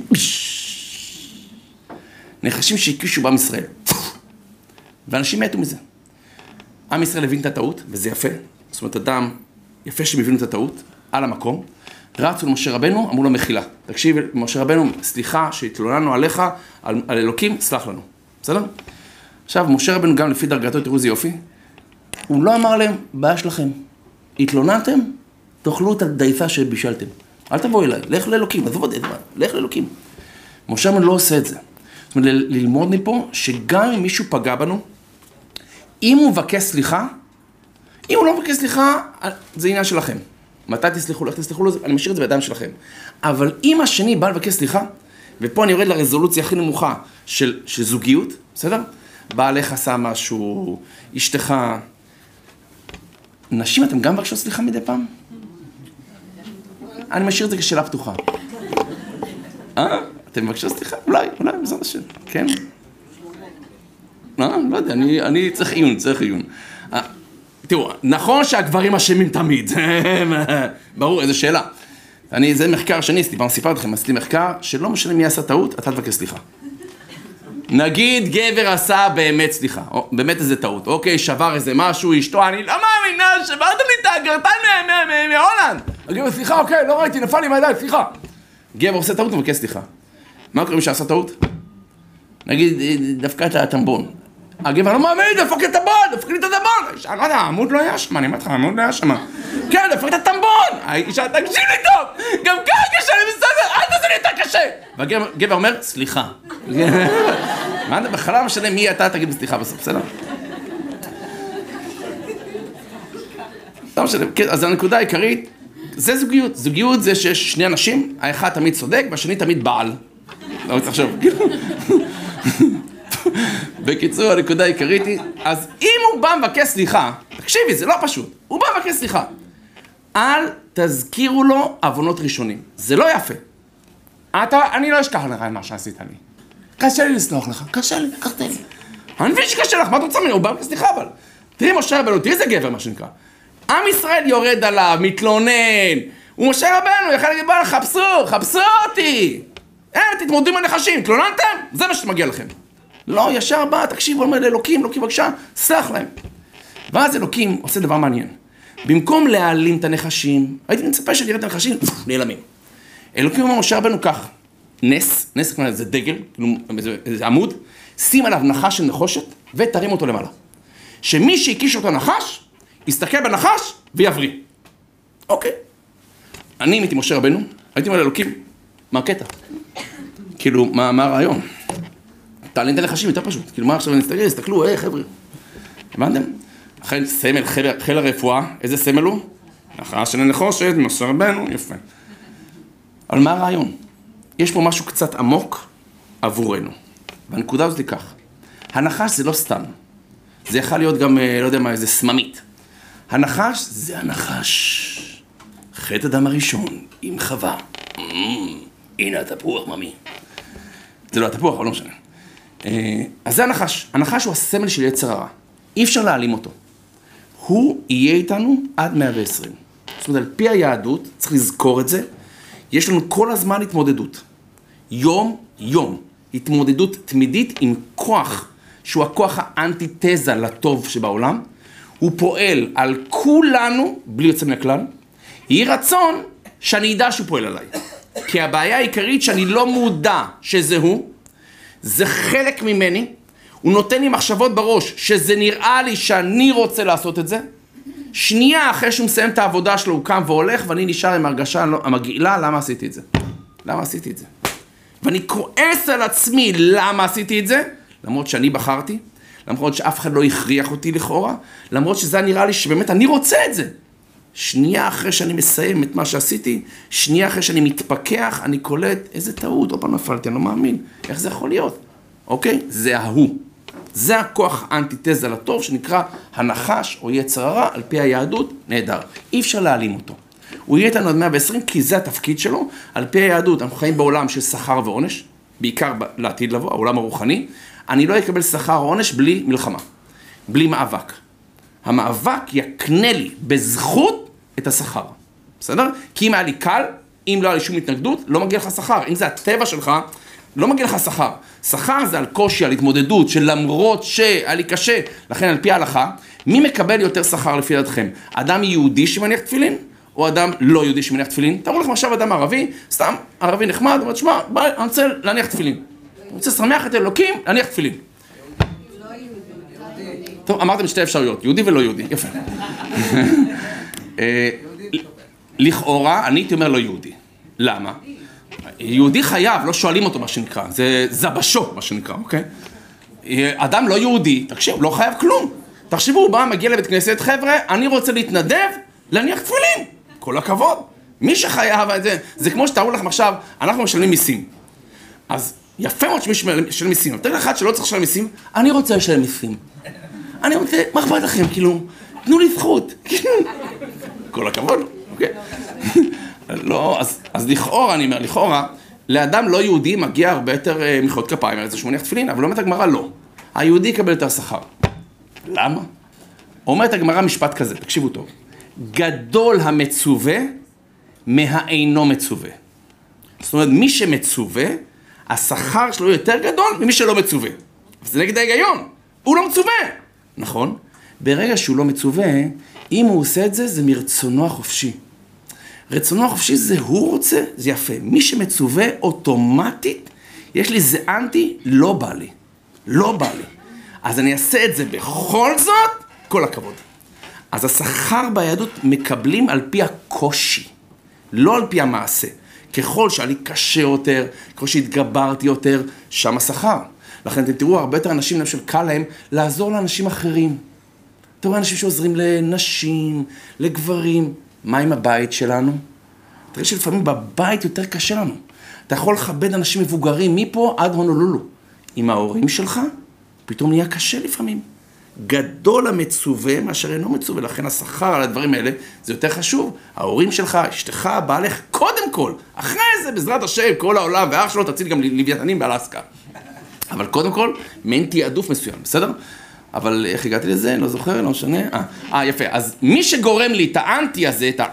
נחשים שהקישו בעם ישראל. ואנשים מתו מזה. עם ישראל הבין את הטעות, וזה יפה. זאת אומרת, אדם יפה שהם הבינו את הטעות, על המקום. רצו למשה רבנו, אמרו לו מחילה. תקשיב, משה רבנו, סליחה שהתלוננו עליך, על אלוקים, סלח לנו. בסדר? עכשיו, משה רבנו גם לפי דרגתו, תראו איזה יופי, הוא לא אמר להם, בעיה שלכם. התלוננתם? תאכלו את הדייסה שבישלתם. אל תבואו אליי, לך לאלוקים, עזוב אותי, לך לאלוקים. משה רבנו לא עושה את זה. זאת אומרת, ללמוד מפה שגם אם מישהו פגע בנו, אם הוא מבקש סליחה, אם הוא לא מבקש סליחה, זה עניין שלכם. מתי תסליחו, איך תסליחו לו, אני משאיר את זה בידיים שלכם. אבל אם השני בא לבקש סליחה, ופה אני יורד לרזולוציה הכי נמוכה של זוגיות, בסדר? בעלך עשה משהו, אשתך... נשים, אתם גם מבקשות סליחה מדי פעם? אני משאיר את זה כשאלה פתוחה. אתם מבקשות סליחה? אולי, בעזרת השם, כן? לא יודע, אני צריך עיון. תראו, נכון שהגברים אשמים תמיד, ברור, איזו שאלה. זה מחקר שאני פעם סיפרתי לכם, עשיתי מחקר שלא משנה מי עשה טעות, אתה תבקש סליחה. נגיד גבר עשה באמת סליחה, או באמת איזה טעות, אוקיי, שבר איזה משהו, אשתו, אני לא מאמינה, שברת לי את הגרטן מהולנד. הגבר, סליחה, אוקיי, לא ראיתי, נפל לי מהידיים, סליחה. גבר עושה טעות, מבקש סליחה. מה קורה מי שעשה טעות? נגיד, דפקה את הטמבון. הגבר, לא מאמין, דפק את הטמבון, דפק לי את הטמבון. אני לא יודע, העמוד לא היה שם, אני אומר לך, העמוד לא היה שם. כן, דפק את הטמבון. האישה, תקשיב לי טוב, גם ככה קשה לי בסדר, אל תעשה לי יותר קשה. והגבר אומר, סליחה. מה אתה בכלל משנה מי אתה תגיד בסליחה בסוף, בסדר? לא משנה, אז הנקודה העיקרית, זה זוגיות. זוגיות זה שיש שני אנשים, האחד תמיד צודק והשני תמיד בעל. לא רוצה לחשוב, כאילו. בקיצור, הנקודה העיקרית היא, אז אם הוא בא מבקש סליחה, תקשיבי, זה לא פשוט, הוא בא מבקש סליחה, אל תזכירו לו עוונות ראשונים, זה לא יפה. אני לא אשכח לך מה שעשית לי. קשה לי לסלוח לך, קשה לי, קחת לי. אני מבין שקשה לך, מה אתה רוצה ממנו? הוא בא מבקש סליחה, אבל. תראי משה רבנו, תראי איזה גבר, מה שנקרא. עם ישראל יורד עליו, מתלונן, הוא משה רבנו, יכל להגיד, בוא, חפשו אותי. תתמודדו עם הנחשים, תלוננתם? זה מה שמגיע לכם. לא, ישר בא, תקשיב, הוא אומר לאלוקים, בבקשה, סלח להם. ואז אלוקים עושה דבר מעניין. במקום להעלים את הנחשים, הייתי מצפה שתראה את הנחשים, נעלמים. אלוקים אומר משה רבנו כך, נס זה דגל, זה עמוד, שים עליו נחש של נחושת ותרים אותו למעלה. שמי שהקיש אותו נחש, יסתכל בנחש ויבריא. אוקיי. אני הייתי משה רבנו, הייתי אומר לאלוקים, מה הקטע? כאילו, מה הרעיון? תעלין את הנחשים יותר פשוט. כאילו, מה עכשיו נסתכל, הסתכלו, חבר'ה. הבנתם? אחרי סמל, חיל הרפואה, איזה סמל הוא? נחש של נחושת, משה רבנו, יפה. אבל מה הרעיון? יש פה משהו קצת עמוק עבורנו. והנקודה הזאת היא כך. הנחש זה לא סתם. זה יכול להיות גם, לא יודע מה, איזה סממית. הנחש זה הנחש. חטא אדם הראשון, עם חווה. הנה התפוח, ממי. זה לא התפוח, אבל לא משנה. אז זה הנחש. הנחש הוא הסמל של יצר הרע. אי אפשר להעלים אותו. הוא יהיה איתנו עד 120. זאת אומרת, על פי היהדות, צריך לזכור את זה, יש לנו כל הזמן התמודדות. יום, התמודדות תמידית עם כוח, שהוא הכוח האנטיתזה לטוב שבעולם. הוא פועל על כולנו, בלי יוצא מן הכלל. יהי רצון שאני ידע שהוא פועל עליי. כי הבעיה העיקרית שאני לא מודע שזה הוא, זה חלק ממני, הוא נותן לי מחשבות בראש, שזה נראה לי שאני רוצה לעשות את זה, שנייה אחרי שהוא מסיים את העבודה שלו, הוא קם והולך, ואני נשאר עם הרגשה המגעילה, למה עשיתי את זה? למה עשיתי את זה? ואני כועס על עצמי, למה עשיתי את זה? למרות שאני בחרתי, למרות שאף אחד לא הכריח אותי לכאורה, למרות שזה נראה לי שבאמת אני רוצה את זה. שנייה אחרי שאני מסיים את מה שעשיתי, שנייה אחרי שאני מתפכח, אני קולט, איזה טעות, עוד פעם נפלתי, אני לא מאמין, איך זה יכול להיות? אוקיי? זה ההוא. זה הכוח האנטיתזה לטוב שנקרא הנחש או יצר הרע, על פי היהדות, נהדר. אי אפשר להעלים אותו. הוא יהיה איתנו עד 120 כי זה התפקיד שלו. על פי היהדות, אנחנו חיים בעולם של שכר ועונש, בעיקר לעתיד לבוא, העולם הרוחני. אני לא אקבל שכר או עונש בלי מלחמה, בלי מאבק. המאבק יקנה לי בזכות את השכר. בסדר? כי אם היה לי קל, אם לא היה לי שום התנגדות, לא מגיע לך שכר. אם זה הטבע שלך, לא מגיע לך שכר. שכר זה על קושי, על התמודדות, שלמרות שהיה לי קשה, לכן על פי ההלכה, מי מקבל יותר שכר לפי דעתכם? אדם יהודי שמניח תפילין, או אדם לא יהודי שמניח תפילין? תראו לכם עכשיו אדם ערבי, סתם ערבי נחמד, אומר, שמע, ביי, אני רוצה להניח תפילין. אני רוצה לשמח את אלוקים, להניח תפילין. טוב, אמרתם שתי אפשרויות, יהודי ולא יהודי, יפה. לכאורה, אני הייתי אומר לא יהודי. למה? יהודי חייב, לא שואלים אותו מה שנקרא, זה זבשו מה שנקרא, אוקיי? אדם לא יהודי, תקשיב, לא חייב כלום. תחשבו, הוא בא, מגיע לבית כנסת, חבר'ה, אני רוצה להתנדב, להניח תפילין. כל הכבוד. מי שחייב את זה, זה כמו שתראו לכם עכשיו, אנחנו משלמים מיסים. אז יפה מאוד שמי של מיסים. יותר אחד שלא צריך לשלם מיסים, אני רוצה לשלם מיסים. אני רוצה, מה אכפת לכם? כאילו, תנו לי זכות. כל הכבוד, אוקיי? לא, אז לכאורה, אני אומר, לכאורה, לאדם לא יהודי מגיע הרבה יותר מחיאות כפיים, על זה שהוא מניח תפילין, אבל אומרת הגמרא לא. היהודי יקבל יותר שכר. למה? אומרת הגמרא משפט כזה, תקשיבו טוב. גדול המצווה מהאינו מצווה. זאת אומרת, מי שמצווה, השכר שלו יותר גדול ממי שלא מצווה. זה נגד ההיגיון. הוא לא מצווה. נכון? ברגע שהוא לא מצווה, אם הוא עושה את זה, זה מרצונו החופשי. רצונו החופשי זה הוא רוצה, זה יפה. מי שמצווה אוטומטית, יש לי זה אנטי, לא בא לי. לא בא לי. אז אני אעשה את זה בכל זאת, כל הכבוד. אז השכר ביהדות מקבלים על פי הקושי, לא על פי המעשה. ככל שהיה לי קשה יותר, ככל שהתגברתי יותר, שם השכר. לכן אתם תראו, הרבה יותר אנשים למשל קל להם לעזור לאנשים אחרים. אתה רואה אנשים שעוזרים לנשים, לגברים. מה עם הבית שלנו? תראה שלפעמים בבית יותר קשה לנו. אתה יכול לכבד אנשים מבוגרים מפה עד הונולולו. עם ההורים שלך, פתאום נהיה קשה לפעמים. גדול המצווה מאשר אינו מצווה, לכן השכר על הדברים האלה זה יותר חשוב. ההורים שלך, אשתך, בעלך, קודם כל. אחרי זה, בעזרת השם, כל העולם והאח שלו תציל גם לוויתנים באלסקה. אבל קודם כל, מעין תיעדוף מסוים, בסדר? אבל איך הגעתי לזה? לא זוכר, לא משנה. יפה. אז מי שגורם לי את האנטי הזה, את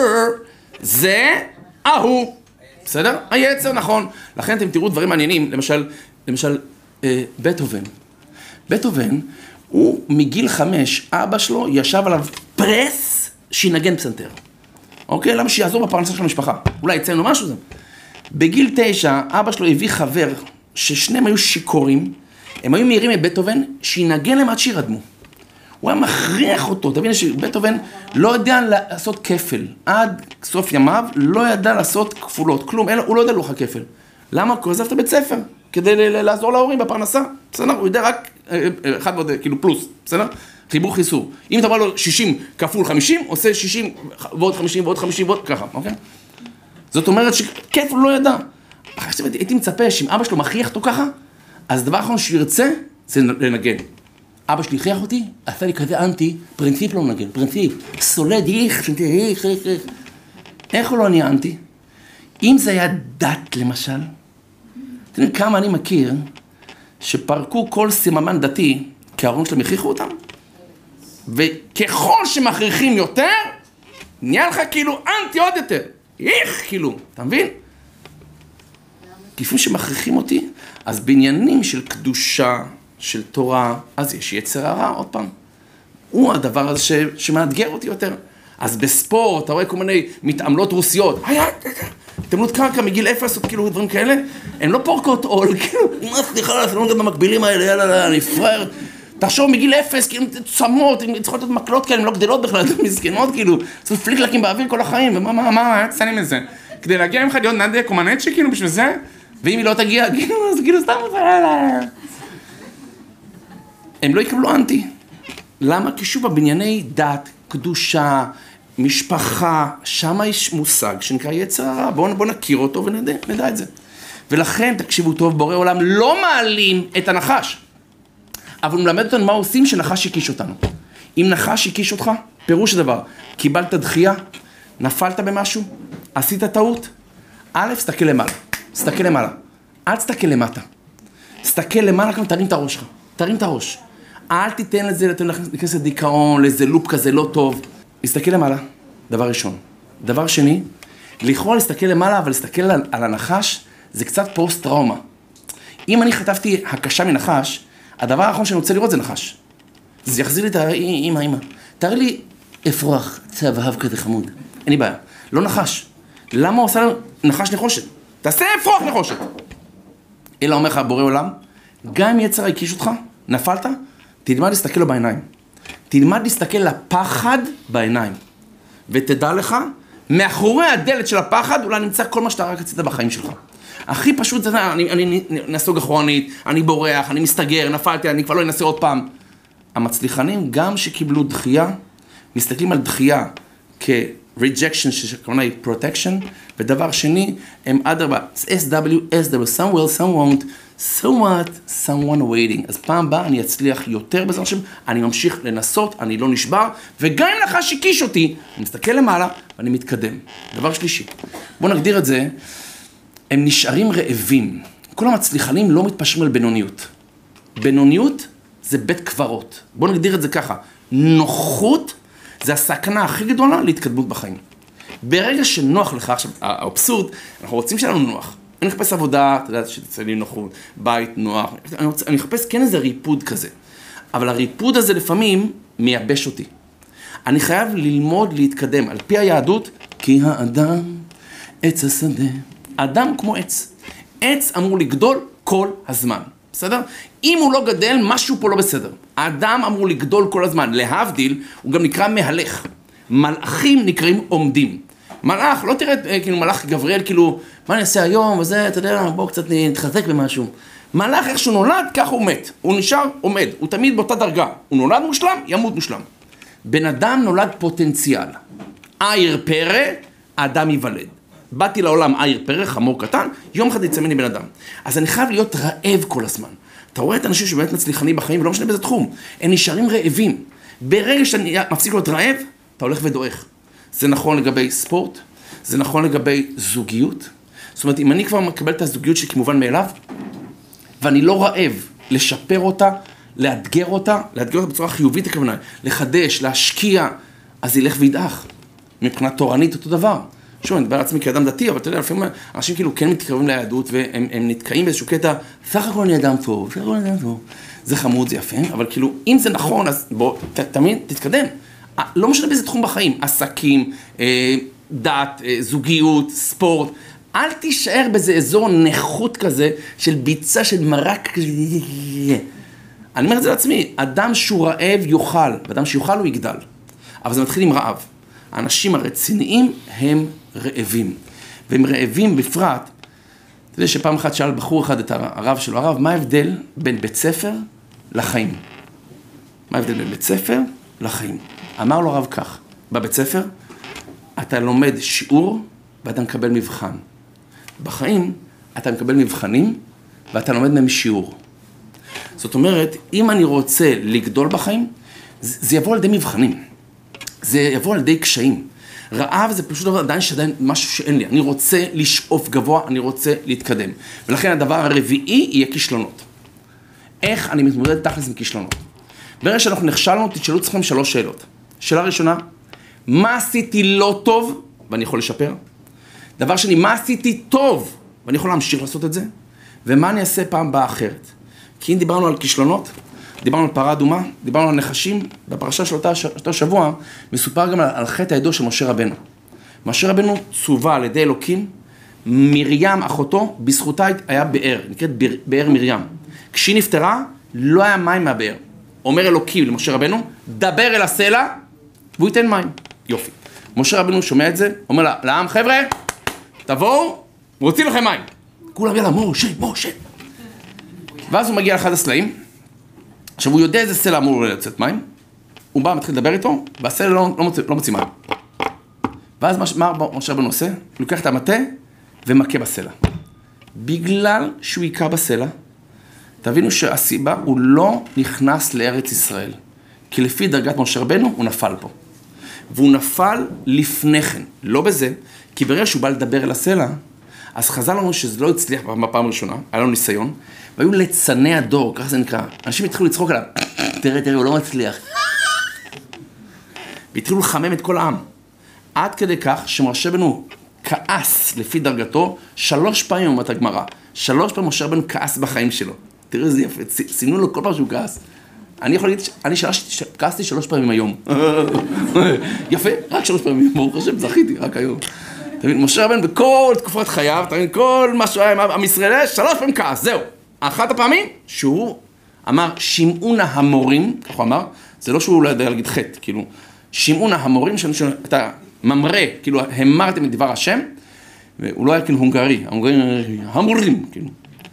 זה ההוא. בסדר? היצר, נכון. לכן אתם תראו דברים מעניינים. למשל, בטהובן. בטהובן, הוא מגיל 5, אבא שלו ישב עליו פרס שינגן פסנתר. אוקיי? למה שיעזור בפרנסה של המשפחה? אולי יצא לנו משהו זה. בגיל 9, אבא שלו הביא חבר ששניהם היו שיכורים, הם היו מהירים את בטהובן, שינגן להם עד שירדמו. הוא היה מכריח אותו, תבין שבטהובן לא יודע לעשות כפל. עד סוף ימיו לא ידע לעשות כפולות, כלום, הוא לא יודע לוח הכפל. למה? כי הוא עזב את הבית ספר, כדי לעזור להורים בפרנסה. בסדר? הוא יודע רק אחד ועוד, כאילו פלוס, בסדר? חיבור חיסור. אם אתה אומר לו 60 כפול 50, עושה 60 ועוד 50 ועוד 50 ועוד ככה, אוקיי? זאת אומרת שכפל הוא לא ידע. הייתי מצפה שאם אבא שלו מכריח אותו ככה, אז הדבר האחרון שירצה זה לנגן. אבא שלי הכריח אותי, עשה לי כזה אנטי, פרינציפ לא מנגן, פרינציפ, סולד, איך הוא לא נהיה אנטי? אם זה היה דת למשל, אתם יודעים כמה אני מכיר שפרקו כל סממן דתי, כי ההורים שלהם הכריחו אותם, וככל שמכריחים יותר, נהיה לך כאילו אנטי עוד יותר. כאילו, אתה מבין? לפעמים שמכריחים אותי, אז בעניינים של קדושה, של תורה, אז יש יצר הרע, עוד פעם. הוא הדבר הזה שמאתגר אותי יותר. אז בספורט, אתה רואה כל מיני מתעמלות רוסיות, התעמלות קרקע מגיל 0, כאילו דברים כאלה, הן לא פורקות עול, כאילו, סליחה, זה לא גם במקבילים האלה, יאללה, אני פראייר. תחשוב מגיל 0, כאילו, צמות, הן צריכות להיות מקלות כאלה, הן לא גדלות בכלל, הן מסכנות, כאילו, עשו פליקלקים באוויר כל החיים, ומה, יצא לי מזה? כדי להגיע עם לך להיות נדיה קומנצ'י, כאילו, בשביל זה, ואם היא לא תגיע, אז כאילו, סתם, הם לא יקבלו אנטי. למה? כי שוב, בבנייני דת, קדושה, משפחה, שם יש מושג שנקרא יצר הרע. בואו נכיר אותו ונדע את זה. ולכן, תקשיבו טוב, בורא עולם לא מעלים את הנחש. אבל הוא מלמד אותנו מה עושים שנחש הקיש אותנו. אם נחש הקיש אותך, פירוש הדבר, קיבלת דחייה, נפלת במשהו, עשית טעות, א', סתכל למעלה. סתכל למעלה. אל תסתכל למטה. סתכל למעלה, כמו תרים את הראש שלך. תרים את הראש. אל תיתן לזה, להיכנס לדיכאון, לאיזה לופ כזה לא טוב. להסתכל למעלה, דבר ראשון. דבר שני, לכאורה להסתכל למעלה, אבל להסתכל על הנחש, זה קצת פוסט-טראומה. אם אני חטפתי הקשה מנחש, הדבר האחרון שאני רוצה לראות זה נחש. זה יחזיר לי את אמא. תראה לי אפרוח, צהב כזה חמוד. אין לי בעיה. לא נחש. למה הוא עושה לנו נחש נחושת? תעשה אפרוח נחושת. אלא אומר לך, בורא עולם, גם אם יצר הקיש אותך, נפלת, תלמד להסתכל לו בעיניים. תלמד להסתכל לפחד בעיניים. ותדע לך, מאחורי הדלת של הפחד, אולי נמצא כל מה שאתה רק רצית בחיים שלך. הכי פשוט זה, אני נסוג אחורנית, אני בורח, אני מסתגר, נפלתי, אני כבר לא אנסה עוד פעם. המצליחנים, גם שקיבלו דחייה, מסתכלים על דחייה rejection, שכמובן היא protection, ודבר שני, הם אדרבה, SW, SW, some will, some won't, so what, someone waiting. אז פעם הבאה אני אצליח יותר בזה, אני ממשיך לנסות, אני לא נשבר, וגם אם לך שיקיש אותי, אני מסתכל למעלה ואני מתקדם. דבר שלישי, בואו נגדיר את זה, הם נשארים רעבים. כל המצליחנים לא מתפשרים על בינוניות. בינוניות זה בית קברות. בואו נגדיר את זה ככה, נוחות זה הסכנה הכי גדולה להתקדמות בחיים. ברגע שנוח לך, עכשיו, האבסורד, אנחנו רוצים שלנו נוח. אני אחפש עבודה, אתה יודע, שתצא לי נוחות, בית נוח, אני אחפש כן איזה ריפוד כזה. אבל הריפוד הזה לפעמים מייבש אותי. אני חייב ללמוד להתקדם, על פי היהדות, כי האדם עץ השדה. אדם כמו עץ. עץ אמור לגדול כל הזמן, בסדר? אם הוא לא גדל, משהו פה לא בסדר. האדם אמור לגדול כל הזמן. להבדיל, הוא גם נקרא מהלך. מלאכים נקראים עומדים. מלאך, לא תראה כאילו מלאך גבריאל, כאילו, מה אני אעשה היום, וזה, אתה יודע, בוא קצת נתחזק במשהו. מלאך, איך שהוא נולד, ככה הוא מת. הוא נשאר, עומד. הוא תמיד באותה דרגה. הוא נולד מושלם, ימות מושלם. בן אדם נולד פוטנציאל. עיר פרא, האדם ייוולד. באתי לעולם עיר פרא, חמור קטן, יום אחד יצא ממני בן אדם. אז אני חייב להיות רעב כל הזמן. אתה רואה את האנשים שבאמת מצליחנים בחיים, ולא משנה באיזה תחום. הם נשארים רעבים. ברגע שאני מפסיק להיות רעב, אתה הולך ודועך. זה נכון לגבי ספורט, זה נכון לגבי זוגיות. זאת אומרת, אם אני כבר מקבל את הזוגיות שלי כמובן מאליו, ואני לא רעב לשפר אותה, לאתגר אותה בצורה חיובית הכוונה, לחדש, להשקיע, אז ילך וידעך. מבחינת תורנית אותו דבר. שוב, אני מדבר על עצמי כאדם דתי, אבל אתה יודע, לפעמים אנשים כאילו כן מתקרבים ליהדות, והם נתקעים באיזשהו קטע, סך הכל אני אדם טוב, סך הכל אני אדם טוב. זה חמוד, זה יפה, אבל כאילו, אם זה נכון, אז בוא, תמיד תתקדם. לא משנה באיזה תחום בחיים, עסקים, דת, זוגיות, ספורט, אל תישאר באיזה אזור נכות כזה, של ביצה, של מרק כזה. אני אומר את זה לעצמי, אדם שהוא רעב יאכל, ואדם שיאכל הוא יגדל. אבל זה מתחיל עם רעב. האנשים הרציניים הם רעבים. והם רעבים בפרט, אתה יודע שפעם אחת שאל בחור אחד את הרב שלו, הרב, מה ההבדל בין בית ספר לחיים? מה ההבדל בין בית ספר לחיים? אמר לו הרב כך, בבית ספר אתה לומד שיעור ואתה מקבל מבחן. בחיים אתה מקבל מבחנים ואתה לומד מהם שיעור. זאת אומרת, אם אני רוצה לגדול בחיים, זה יבוא על ידי מבחנים. זה יבוא על ידי קשיים. רעב זה פשוט עדיין משהו שאין לי. אני רוצה לשאוף גבוה, אני רוצה להתקדם. ולכן הדבר הרביעי יהיה כישלונות. איך אני מתמודד תכלס עם כישלונות? ברגע שאנחנו נכשלנו, תשאלו אתכם 3 שאלות. שאלה ראשונה, מה עשיתי לא טוב ואני יכול לשפר? דבר שני, מה עשיתי טוב ואני יכול להמשיך לעשות את זה? ומה אני אעשה פעם באה אחרת? כי אם דיברנו על כישלונות, דיברנו על פרה אדומה, דיברנו על נחשים, בפרשה של אותו שבוע מסופר גם על חטא העדו של משה רבנו. משה רבנו צווה על ידי אלוקים, מרים אחותו, בזכותה היה באר, נקראת באר מרים. כשהיא נפטרה, לא היה מים מהבאר. אומר אלוקים למשה רבנו, דבר אל הסלע, והוא ייתן מים. יופי. משה רבנו שומע את זה, אומר לעם, חבר'ה, תבואו, רוצים לכם מים. כולם יאללה, משה. ואז הוא מגיע לאחד הסלעים, עכשיו הוא יודע איזה סלע אמור לצאת מים, הוא בא, מתחיל לדבר איתו, והסלע לא מוציא מים. ואז מה משה רבנו עושה? הוא לוקח את המטה ומכה בסלע. בגלל שהוא היכה בסלע, תבינו שהסיבה הוא לא נכנס לארץ ישראל. כי לפי דרגת משה רבנו הוא נפל פה. והוא נפל לפני כן, לא בזה, כי ברגע שהוא בא לדבר אל הסלע, אז חזר לנו שזה לא הצליח בפעם הראשונה, היה לנו ניסיון, והיו ליצני הדור, ככה זה נקרא. אנשים התחילו לצחוק עליו, תראה, הוא לא מצליח. והתחילו לחמם את כל העם. עד כדי כך שמשה רבנו כעס לפי דרגתו, 3 פעמים אומרת הגמרא. 3 פעמים משה רבנו כעס בחיים שלו. תראה איזה יפה, סימנו לו כל פעם שהוא כעס. אני יכול להגיד, אני כעסתי 3 פעמים היום. יפה, רק 3 פעמים, ברוך השם, זכיתי, רק היום. תבין, משה רבנו בכל תקופת חייו, תבין, כל מה שהוא היה עם ישראל, 3 פעמים כעס, זהו. אחת הפעמים שהוא אמר, שמעו נא המורים, כך הוא אמר, זה לא שהוא לא יודע להגיד חטא, כאילו, שמעו נא המורים, שאתה ממרא, כאילו, המרתם את דבר השם, והוא לא היה כאילו הונגרי, המורים, כאילו.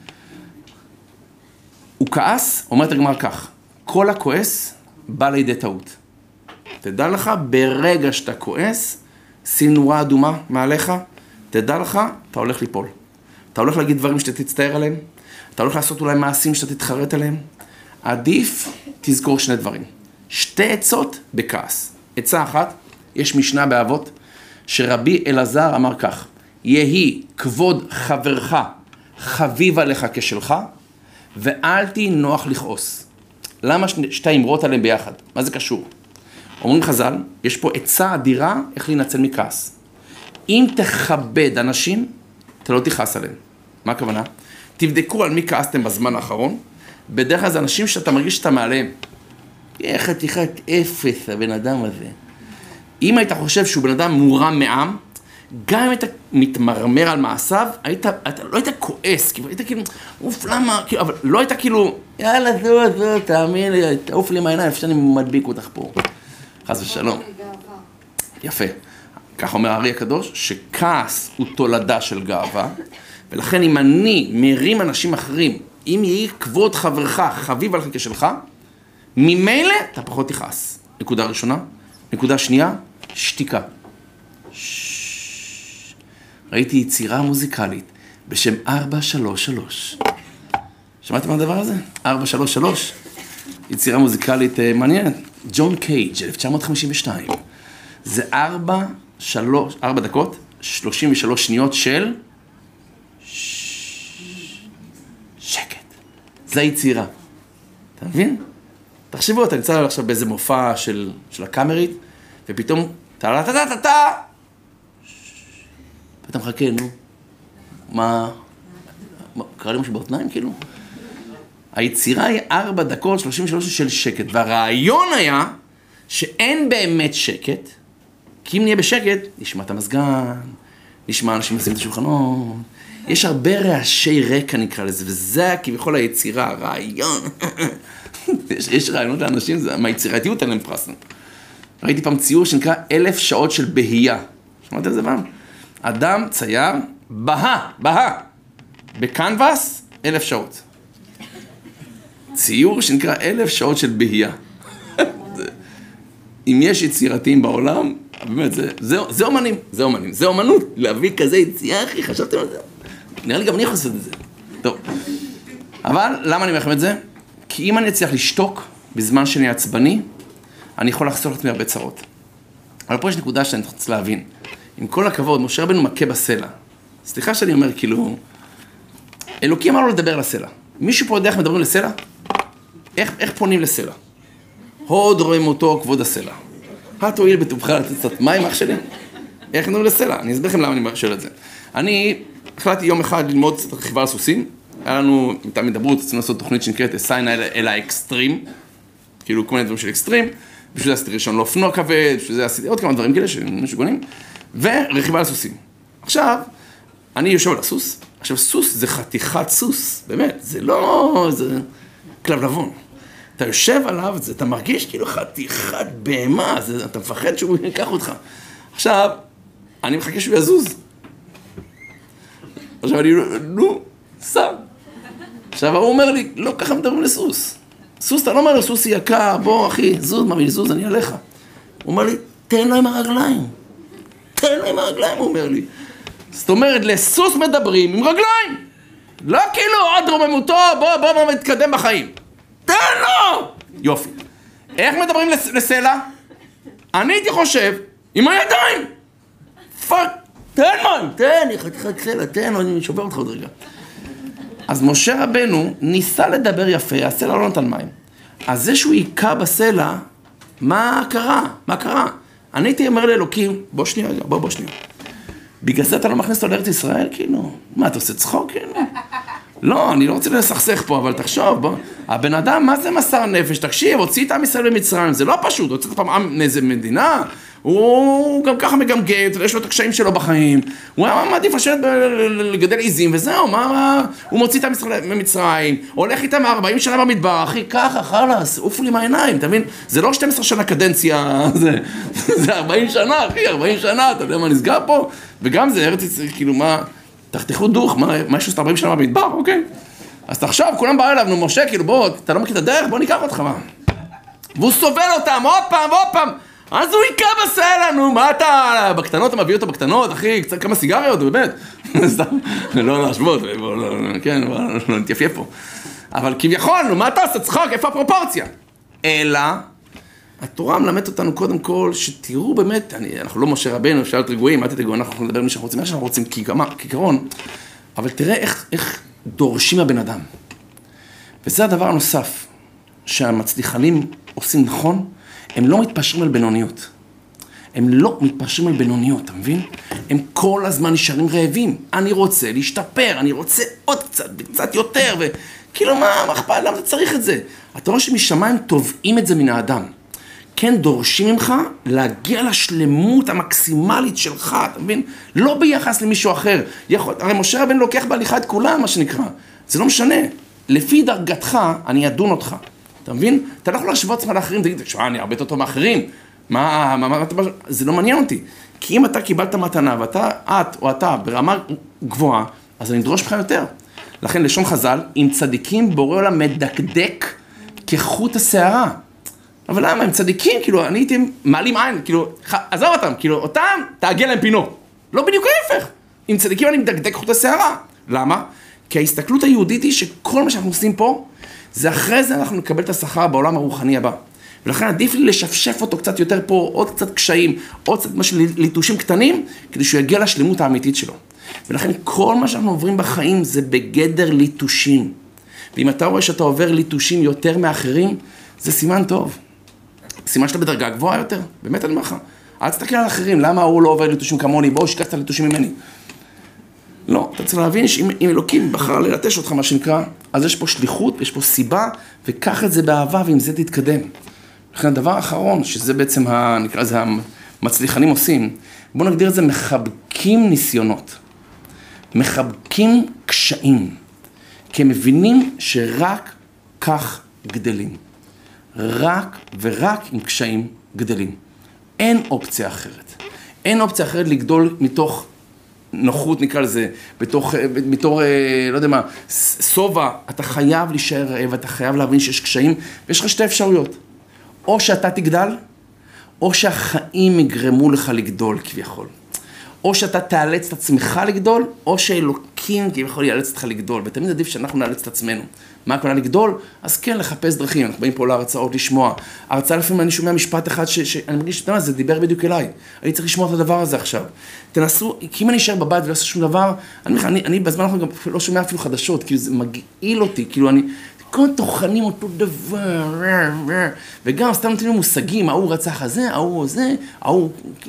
הוא כעס, אומרת הגמרא כך, כל הכועס בא לידי טעות. תדע לך, ברגע שאתה כועס, שים נורה אדומה מעליך, תדע לך, אתה הולך ליפול. אתה הולך להגיד דברים שאתה תצטער עליהם, אתה הולך לעשות אולי מעשים שאתה תתחרט עליהם. עדיף, תזכור שני דברים. שתי עצות בכעס. עצה אחת, יש משנה באבות, שרבי אלעזר אמר כך, יהי כבוד חברך חביב עליך כשלך, ואל תהי נוח לכעוס. למה שתי אמרות עליהם ביחד? מה זה קשור? אומרים חז"ל, יש פה עצה אדירה איך להינצל מכעס. אם תכבד אנשים, אתה לא תכעס עליהם. מה הכוונה? תבדקו על מי כעסתם בזמן האחרון, בדרך כלל זה אנשים שאתה מרגיש שאתה מעליהם. איך חתיכת אפס הבן אדם הזה. אם היית חושב שהוא בן אדם מורם מעם, גם אם היית מתמרמר על מעשיו, לא היית כועס, היית כאילו, אוף, למה? אבל לא היית כאילו, יאללה, זו, תאמין לי, תעוף לי מהעיניים, איפה שאני מדביק אותך פה. חס ושלום. יפה. כך אומר הארי הקדוש, שכעס הוא תולדה של גאווה, ולכן אם אני מרים אנשים אחרים, אם יהי כבוד חברך חביב עליך כשלך, ממילא אתה פחות תכעס. נקודה ראשונה. נקודה שנייה, שתיקה. ראיתי יצירה מוזיקלית בשם 433. שמעתם על הדבר הזה? 433. יצירה מוזיקלית מעניינת. ג'ון קייג' 1952. זה 4 דקות, 33 שניות של שקט. זה היצירה. אתה מבין? תחשבו, אתה נמצא עכשיו באיזה מופע של הקאמרית, ופתאום, טה-טה-טה-טה-טה! ואתה מחכה, נו. מה? קרא לי משהו באותניים, כאילו? היצירה היא 4 דקות, 33 של שקט, והרעיון היה שאין באמת שקט, כי אם נהיה בשקט, נשמע את המזגן, נשמע אנשים לשים את השולחנות, יש הרבה רעשי רקע נקרא לזה, וזה כביכול היצירה, הרעיון. יש רעיונות לאנשים, מהיצירתיות אין להם פרס. ראיתי פעם ציור שנקרא 1000 שעות של בהייה. שמעת על זה פעם? אדם צייר, בהה, בקנבס, 1000 שעות. ציור שנקרא 1000 שעות של בהייה. אם יש יצירתיים בעולם, באמת, זה אומנים, זה אומנות. להביא כזה יציאה, אחי, חשבתם על זה? נראה לי גם אני יכול לעשות את זה. טוב. אבל למה אני אומר לכם את זה? כי אם אני אצליח לשתוק בזמן שאני עצבני, אני יכול לחסוך לעצמי הרבה צרות. אבל פה יש נקודה שאני רוצה להבין. עם כל הכבוד, משה רבנו מכה בסלע. סליחה שאני אומר, כאילו, אלוקים אמר לו לדבר לסלע. מישהו פה יודע איך מדברים לסלע? איך פונים לסלע? הוד רואים אותו כבוד הסלע. תואיל בטובך לתת קצת מים, אח שלי? איך נדבר לסלע? אני אסביר לכם למה אני שואל את זה. אני החלטתי יום אחד ללמוד קצת רכיבה על סוסים. היה לנו, מטעם מדברות, צריכים לעשות תוכנית שנקראת אסיין אל האקסטרים. כאילו כל מיני דברים של אקסטרים. בשביל זה עשיתי ראשון לאופנוע כבד, בשביל זה עשיתי עוד כמה דברים כאלה שמשוגונים. ורכיבה על סוסים. עכשיו, אני יושב על הסוס. עכשיו, סוס זה חתיכת סוס, באמת. זה לא, זה כלב לבון. אתה יושב עליו, אתה מרגיש כאילו חתיכת בהמה, אתה מפחד שהוא ייקח אותך. עכשיו, אני מחכה שהוא יזוז. עכשיו אני, נו, סע. עכשיו הוא אומר לי, לא ככה מדברים לסוס. סוס, אתה לא אומר לו, סוס יקר, בוא אחי, זוז, מה לזוז, אני עליך. הוא אומר לי, תן לו עם הרגליים. תן לו עם הרגליים, הוא אומר לי. זאת אומרת, לסוס מדברים עם רגליים. לא כאילו, עוד רוממותו, בוא מתקדם בחיים. תן לו! יופי. איך מדברים לסלע? אני הייתי חושב, עם הידיים. פאק, תן מים, תן, אני חתיכת סלע, תן, אני שובר אותך עוד רגע. אז משה רבנו ניסה לדבר יפה, הסלע לא נתן מים. אז זה שהוא עיקה בסלע, מה קרה? מה קרה? אני הייתי אומר לאלוקים, בוא שנייה, בוא שנייה. בגלל זה אתה לא מכניס אותו לארץ ישראל, כאילו? מה, אתה עושה צחוק, כאילו? לא, אני לא רוצה לסכסך פה, אבל תחשוב, בוא. הבן אדם, מה זה מסר נפש? תקשיב, הוציא את עם ישראל במצרים, זה לא פשוט, הוציא את פעם עם מאיזה מדינה, הוא גם ככה מגמגם, יש לו את הקשיים שלו בחיים, הוא היה מעדיף לשבת לגדל עיזים, וזהו, הוא מוציא את עם ישראל במצרים, הולך איתם 40 שנה במדבר, אחי, ככה, חלאס, עופו לי מהעיניים, אתה מבין? זה לא 12 שנה קדנציה, זה 40 שנה, אחי, 40 שנה, אתה יודע מה נסגר פה? וגם זה ארץ, כאילו, מה... תחתכו דוך, מה יש לו 40 שנה במדבר, אוקיי? אז עכשיו, כולם באו אליו, נו משה, כאילו בוא, אתה לא מכיר את הדרך, בוא ניקח אותך, מה? והוא סובל אותם עוד פעם ועוד פעם. אז הוא יקע בסלע, נו, מה אתה, בקטנות אתה מביא אותו בקטנות, אחי, קצת כמה סיגריות, באמת. סתם, לא להשוות, כן, לא נתייפייף פה. אבל כביכול, נו, מה אתה עושה צחוק, איפה הפרופורציה? אלא, התורה מלמדת אותנו קודם כל, שתראו באמת, אנחנו לא משה רבנו, אפשר להיות רגועים, אל תתרגעו, אנחנו נדבר מי שאנחנו רוצים, איך שאנחנו רוצים, כעיקרון, אבל תראה איך דורשים הבן אדם. וזה הדבר הנוסף, שהמצליחנים עושים נכון, הם לא מתפשרים על בינוניות. הם לא מתפשרים על בינוניות, אתה מבין? הם כל הזמן נשארים רעבים. אני רוצה להשתפר, אני רוצה עוד קצת יותר, וכאילו מה אכפת, למה אתה צריך את זה? אתה רואה שמשמיים תובעים את זה מן האדם. כן דורשים ממך להגיע לשלמות המקסימלית שלך, אתה מבין? לא ביחס למישהו אחר. הרי משה רבנו לוקח בהליכה את כולם, מה שנקרא. זה לא משנה. לפי דרגתך, אני אדון אותך. אתה מבין? אתה לא יכול להשוות עצמך לאחרים, תגיד, אני הרבה יותר טוב מאחרים. זה לא מעניין אותי. כי אם אתה קיבלת מתנה, את או אתה ברמה גבוהה, אז אני אדרוש ממך יותר. לכן לשון חז"ל, אם צדיקים בורא עולם מדקדק כחוט השערה. אבל למה? הם צדיקים, כאילו, אני הייתי מעלים עין, כאילו, עזוב אותם, כאילו, אותם, תעגל להם פינו. לא בדיוק ההפך. עם צדיקים אני מדקדק חוט השערה. למה? כי ההסתכלות היהודית היא שכל מה שאנחנו עושים פה, זה אחרי זה אנחנו נקבל את השכר בעולם הרוחני הבא. ולכן עדיף לי לשפשף אותו קצת יותר פה, עוד קצת קשיים, עוד קצת משהו ליטושים קטנים, כדי שהוא יגיע לשלמות האמיתית שלו. ולכן כל מה שאנחנו עוברים בחיים זה בגדר ליטושים. ואם אתה רואה שאתה עובר ליטושים יותר מאחרים, זה סימן טוב. סימן שאתה בדרגה גבוהה יותר. באמת אני אומר לך. אל תסתכל על אחרים, למה הוא לא עובר ליטושים כמוני? בואו שיקח את הליטושים ממני. לא, אתה צריך להבין שאם אלוקים בחר ללטש אותך, מה שנקרא, אז יש פה שליחות, יש פה סיבה, וקח את זה באהבה, ועם זה תתקדם. לכן הדבר האחרון, שזה בעצם, נקרא לזה, המצליחנים עושים, בואו נגדיר את זה, מחבקים ניסיונות. מחבקים קשיים. כי הם מבינים שרק כך גדלים. רק ורק עם קשיים גדלים. אין אופציה אחרת. אין אופציה אחרת לגדול מתוך נוחות, נקרא לזה, בתור, לא יודע מה, סובה, אתה חייב להישאר רעב, אתה חייב להבין שיש קשיים, ויש לך שתי אפשרויות. או שאתה תגדל, או שהחיים יגרמו לך לגדול כביכול. או שאתה תאלץ את עצמך לגדול, או שאלוקים כביכול יאלץ אותך לגדול, ותמיד עדיף שאנחנו נאלץ את עצמנו. מה הכוונה לגדול? אז כן, לחפש דרכים, אנחנו באים פה להרצאות לשמוע. הרצאה לפעמים אני שומע משפט אחד שאני מרגיש, אתה יודע, זה דיבר בדיוק אליי. אני צריך לשמוע את הדבר הזה עכשיו. תנסו, כי אם אני אשאר בבית ולא עושה שום דבר, אני בזמן אנחנו גם לא שומע אפילו חדשות, כאילו זה מגעיל אותי, כאילו אני, כל תוכנים אותו דבר, וגם סתם נותנים מושגים, ההוא רצח הזה, ההוא זה, ההוא,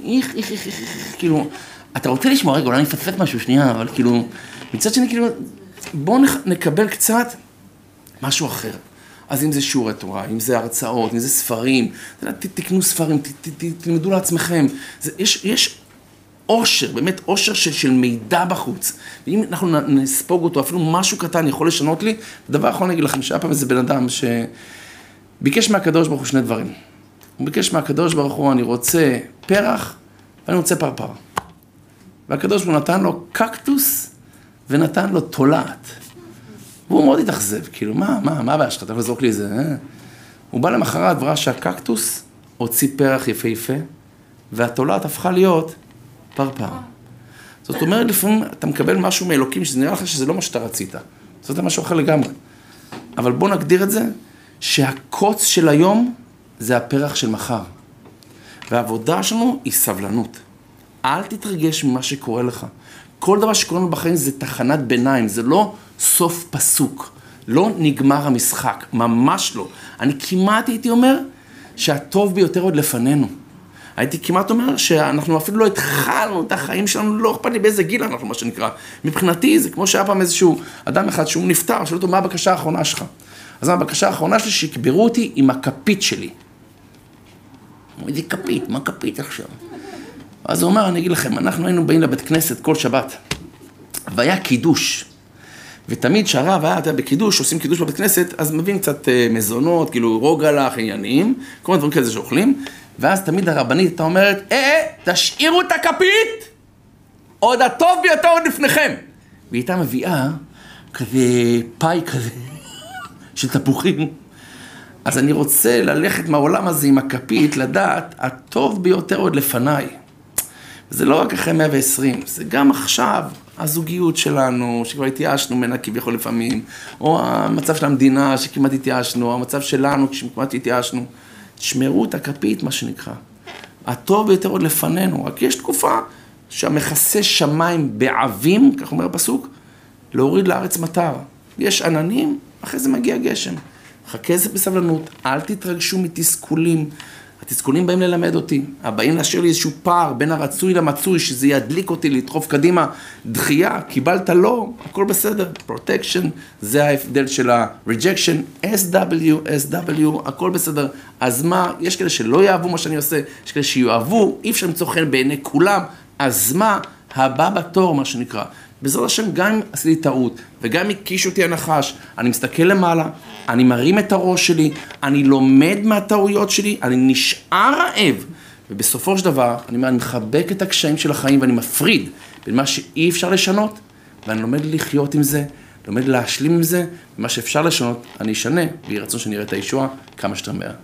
כאילו, אתה רוצה לשמוע, רגע, אולי אני אפתפת משהו שנייה, אבל כאילו, מצד שני, כאילו, בואו נקבל קצת משהו אחר. אז אם זה שיעורי תורה, אם זה הרצאות, אם זה ספרים, תקנו ספרים, תלמדו לעצמכם. יש עושר, באמת עושר של מידע בחוץ. ואם אנחנו נספוג אותו, אפילו משהו קטן יכול לשנות לי, דבר אחרון אני אגיד לכם, שהיה פעם איזה בן אדם שביקש מהקדוש ברוך הוא שני דברים. הוא ביקש מהקדוש ברוך הוא, אני רוצה פרח ואני רוצה פרפר. והקדוש ברוך הוא נתן לו קקטוס ונתן לו תולעת. והוא מאוד התאכזב, כאילו, מה הבעיה שלך? אתה יכול לזרוק לי איזה, הוא בא למחרת וראה שהקקטוס הוציא פרח יפהפה, והתולעת הפכה להיות פרפר. זאת אומרת, לפעמים אתה מקבל משהו מאלוקים, שזה נראה לך שזה לא מה שאתה רצית. זאת משהו אחר לגמרי. אבל בוא נגדיר את זה, שהקוץ של היום זה הפרח של מחר. והעבודה שלנו היא סבלנות. אל תתרגש ממה שקורה לך. כל דבר שקורה לנו בחיים זה תחנת ביניים, זה לא סוף פסוק. לא נגמר המשחק, ממש לא. אני כמעט הייתי אומר שהטוב ביותר עוד לפנינו. הייתי כמעט אומר שאנחנו אפילו לא התחלנו את החיים שלנו, לא אכפת לי באיזה גיל אנחנו, מה שנקרא. מבחינתי זה כמו שהיה פעם איזשהו אדם אחד שהוא נפטר, שאלו אותו מה הבקשה האחרונה שלך. אז הבקשה האחרונה שלי שיקברו אותי עם הכפית שלי. איזה כפית, מה כפית עכשיו? אז הוא אומר, אני אגיד לכם, אנחנו היינו באים לבית כנסת כל שבת, והיה קידוש. ותמיד שהרב היה בקידוש, עושים קידוש בבית כנסת, אז מביאים קצת מזונות, כאילו רוגלח, עניינים, כל מיני דברים כאלה שאוכלים, ואז תמיד הרבנית הייתה אומרת, תשאירו את הכפית, עוד הטוב ביותר עוד לפניכם. והיא הייתה מביאה כזה פאי כזה, של תפוחים, אז אני רוצה ללכת מהעולם הזה עם הכפית, לדעת, הטוב ביותר עוד לפניי. זה לא רק אחרי 120, זה גם עכשיו, הזוגיות שלנו, שכבר התייאשנו ממנה כביכול לפעמים, או המצב של המדינה שכמעט התייאשנו, או המצב שלנו כשכמעט התייאשנו. תשמרו את הכפית, מה שנקרא. הטוב ביותר עוד לפנינו, רק יש תקופה שהמכסה שמיים בעבים, כך אומר הפסוק, להוריד לארץ מטר. יש עננים, אחרי זה מגיע גשם. חכה זה בסבלנות, אל תתרגשו מתסכולים. התסכולים באים ללמד אותי, הבאים להשאיר לי איזשהו פער בין הרצוי למצוי, שזה ידליק אותי לדחוף קדימה, דחייה, קיבלת לא, הכל בסדר, protection, זה ההבדל של ה-rejection, SW, הכל בסדר, אז מה, יש כאלה שלא יאהבו מה שאני עושה, יש כאלה שיאהבו, אי אפשר למצוא חן בעיני כולם, אז מה, הבא בתור, מה שנקרא. בעזרת השם, גם אם עשיתי טעות, וגם אם הקיש אותי הנחש, אני מסתכל למעלה, אני מרים את הראש שלי, אני לומד מהטעויות שלי, אני נשאר רעב, ובסופו של דבר, אני מחבק את הקשיים של החיים, ואני מפריד בין מה שאי אפשר לשנות, ואני לומד לחיות עם זה, לומד להשלים עם זה, ומה שאפשר לשנות, אני אשנה, ויהי רצון שאני אראה את הישועה כמה שיותר מהר.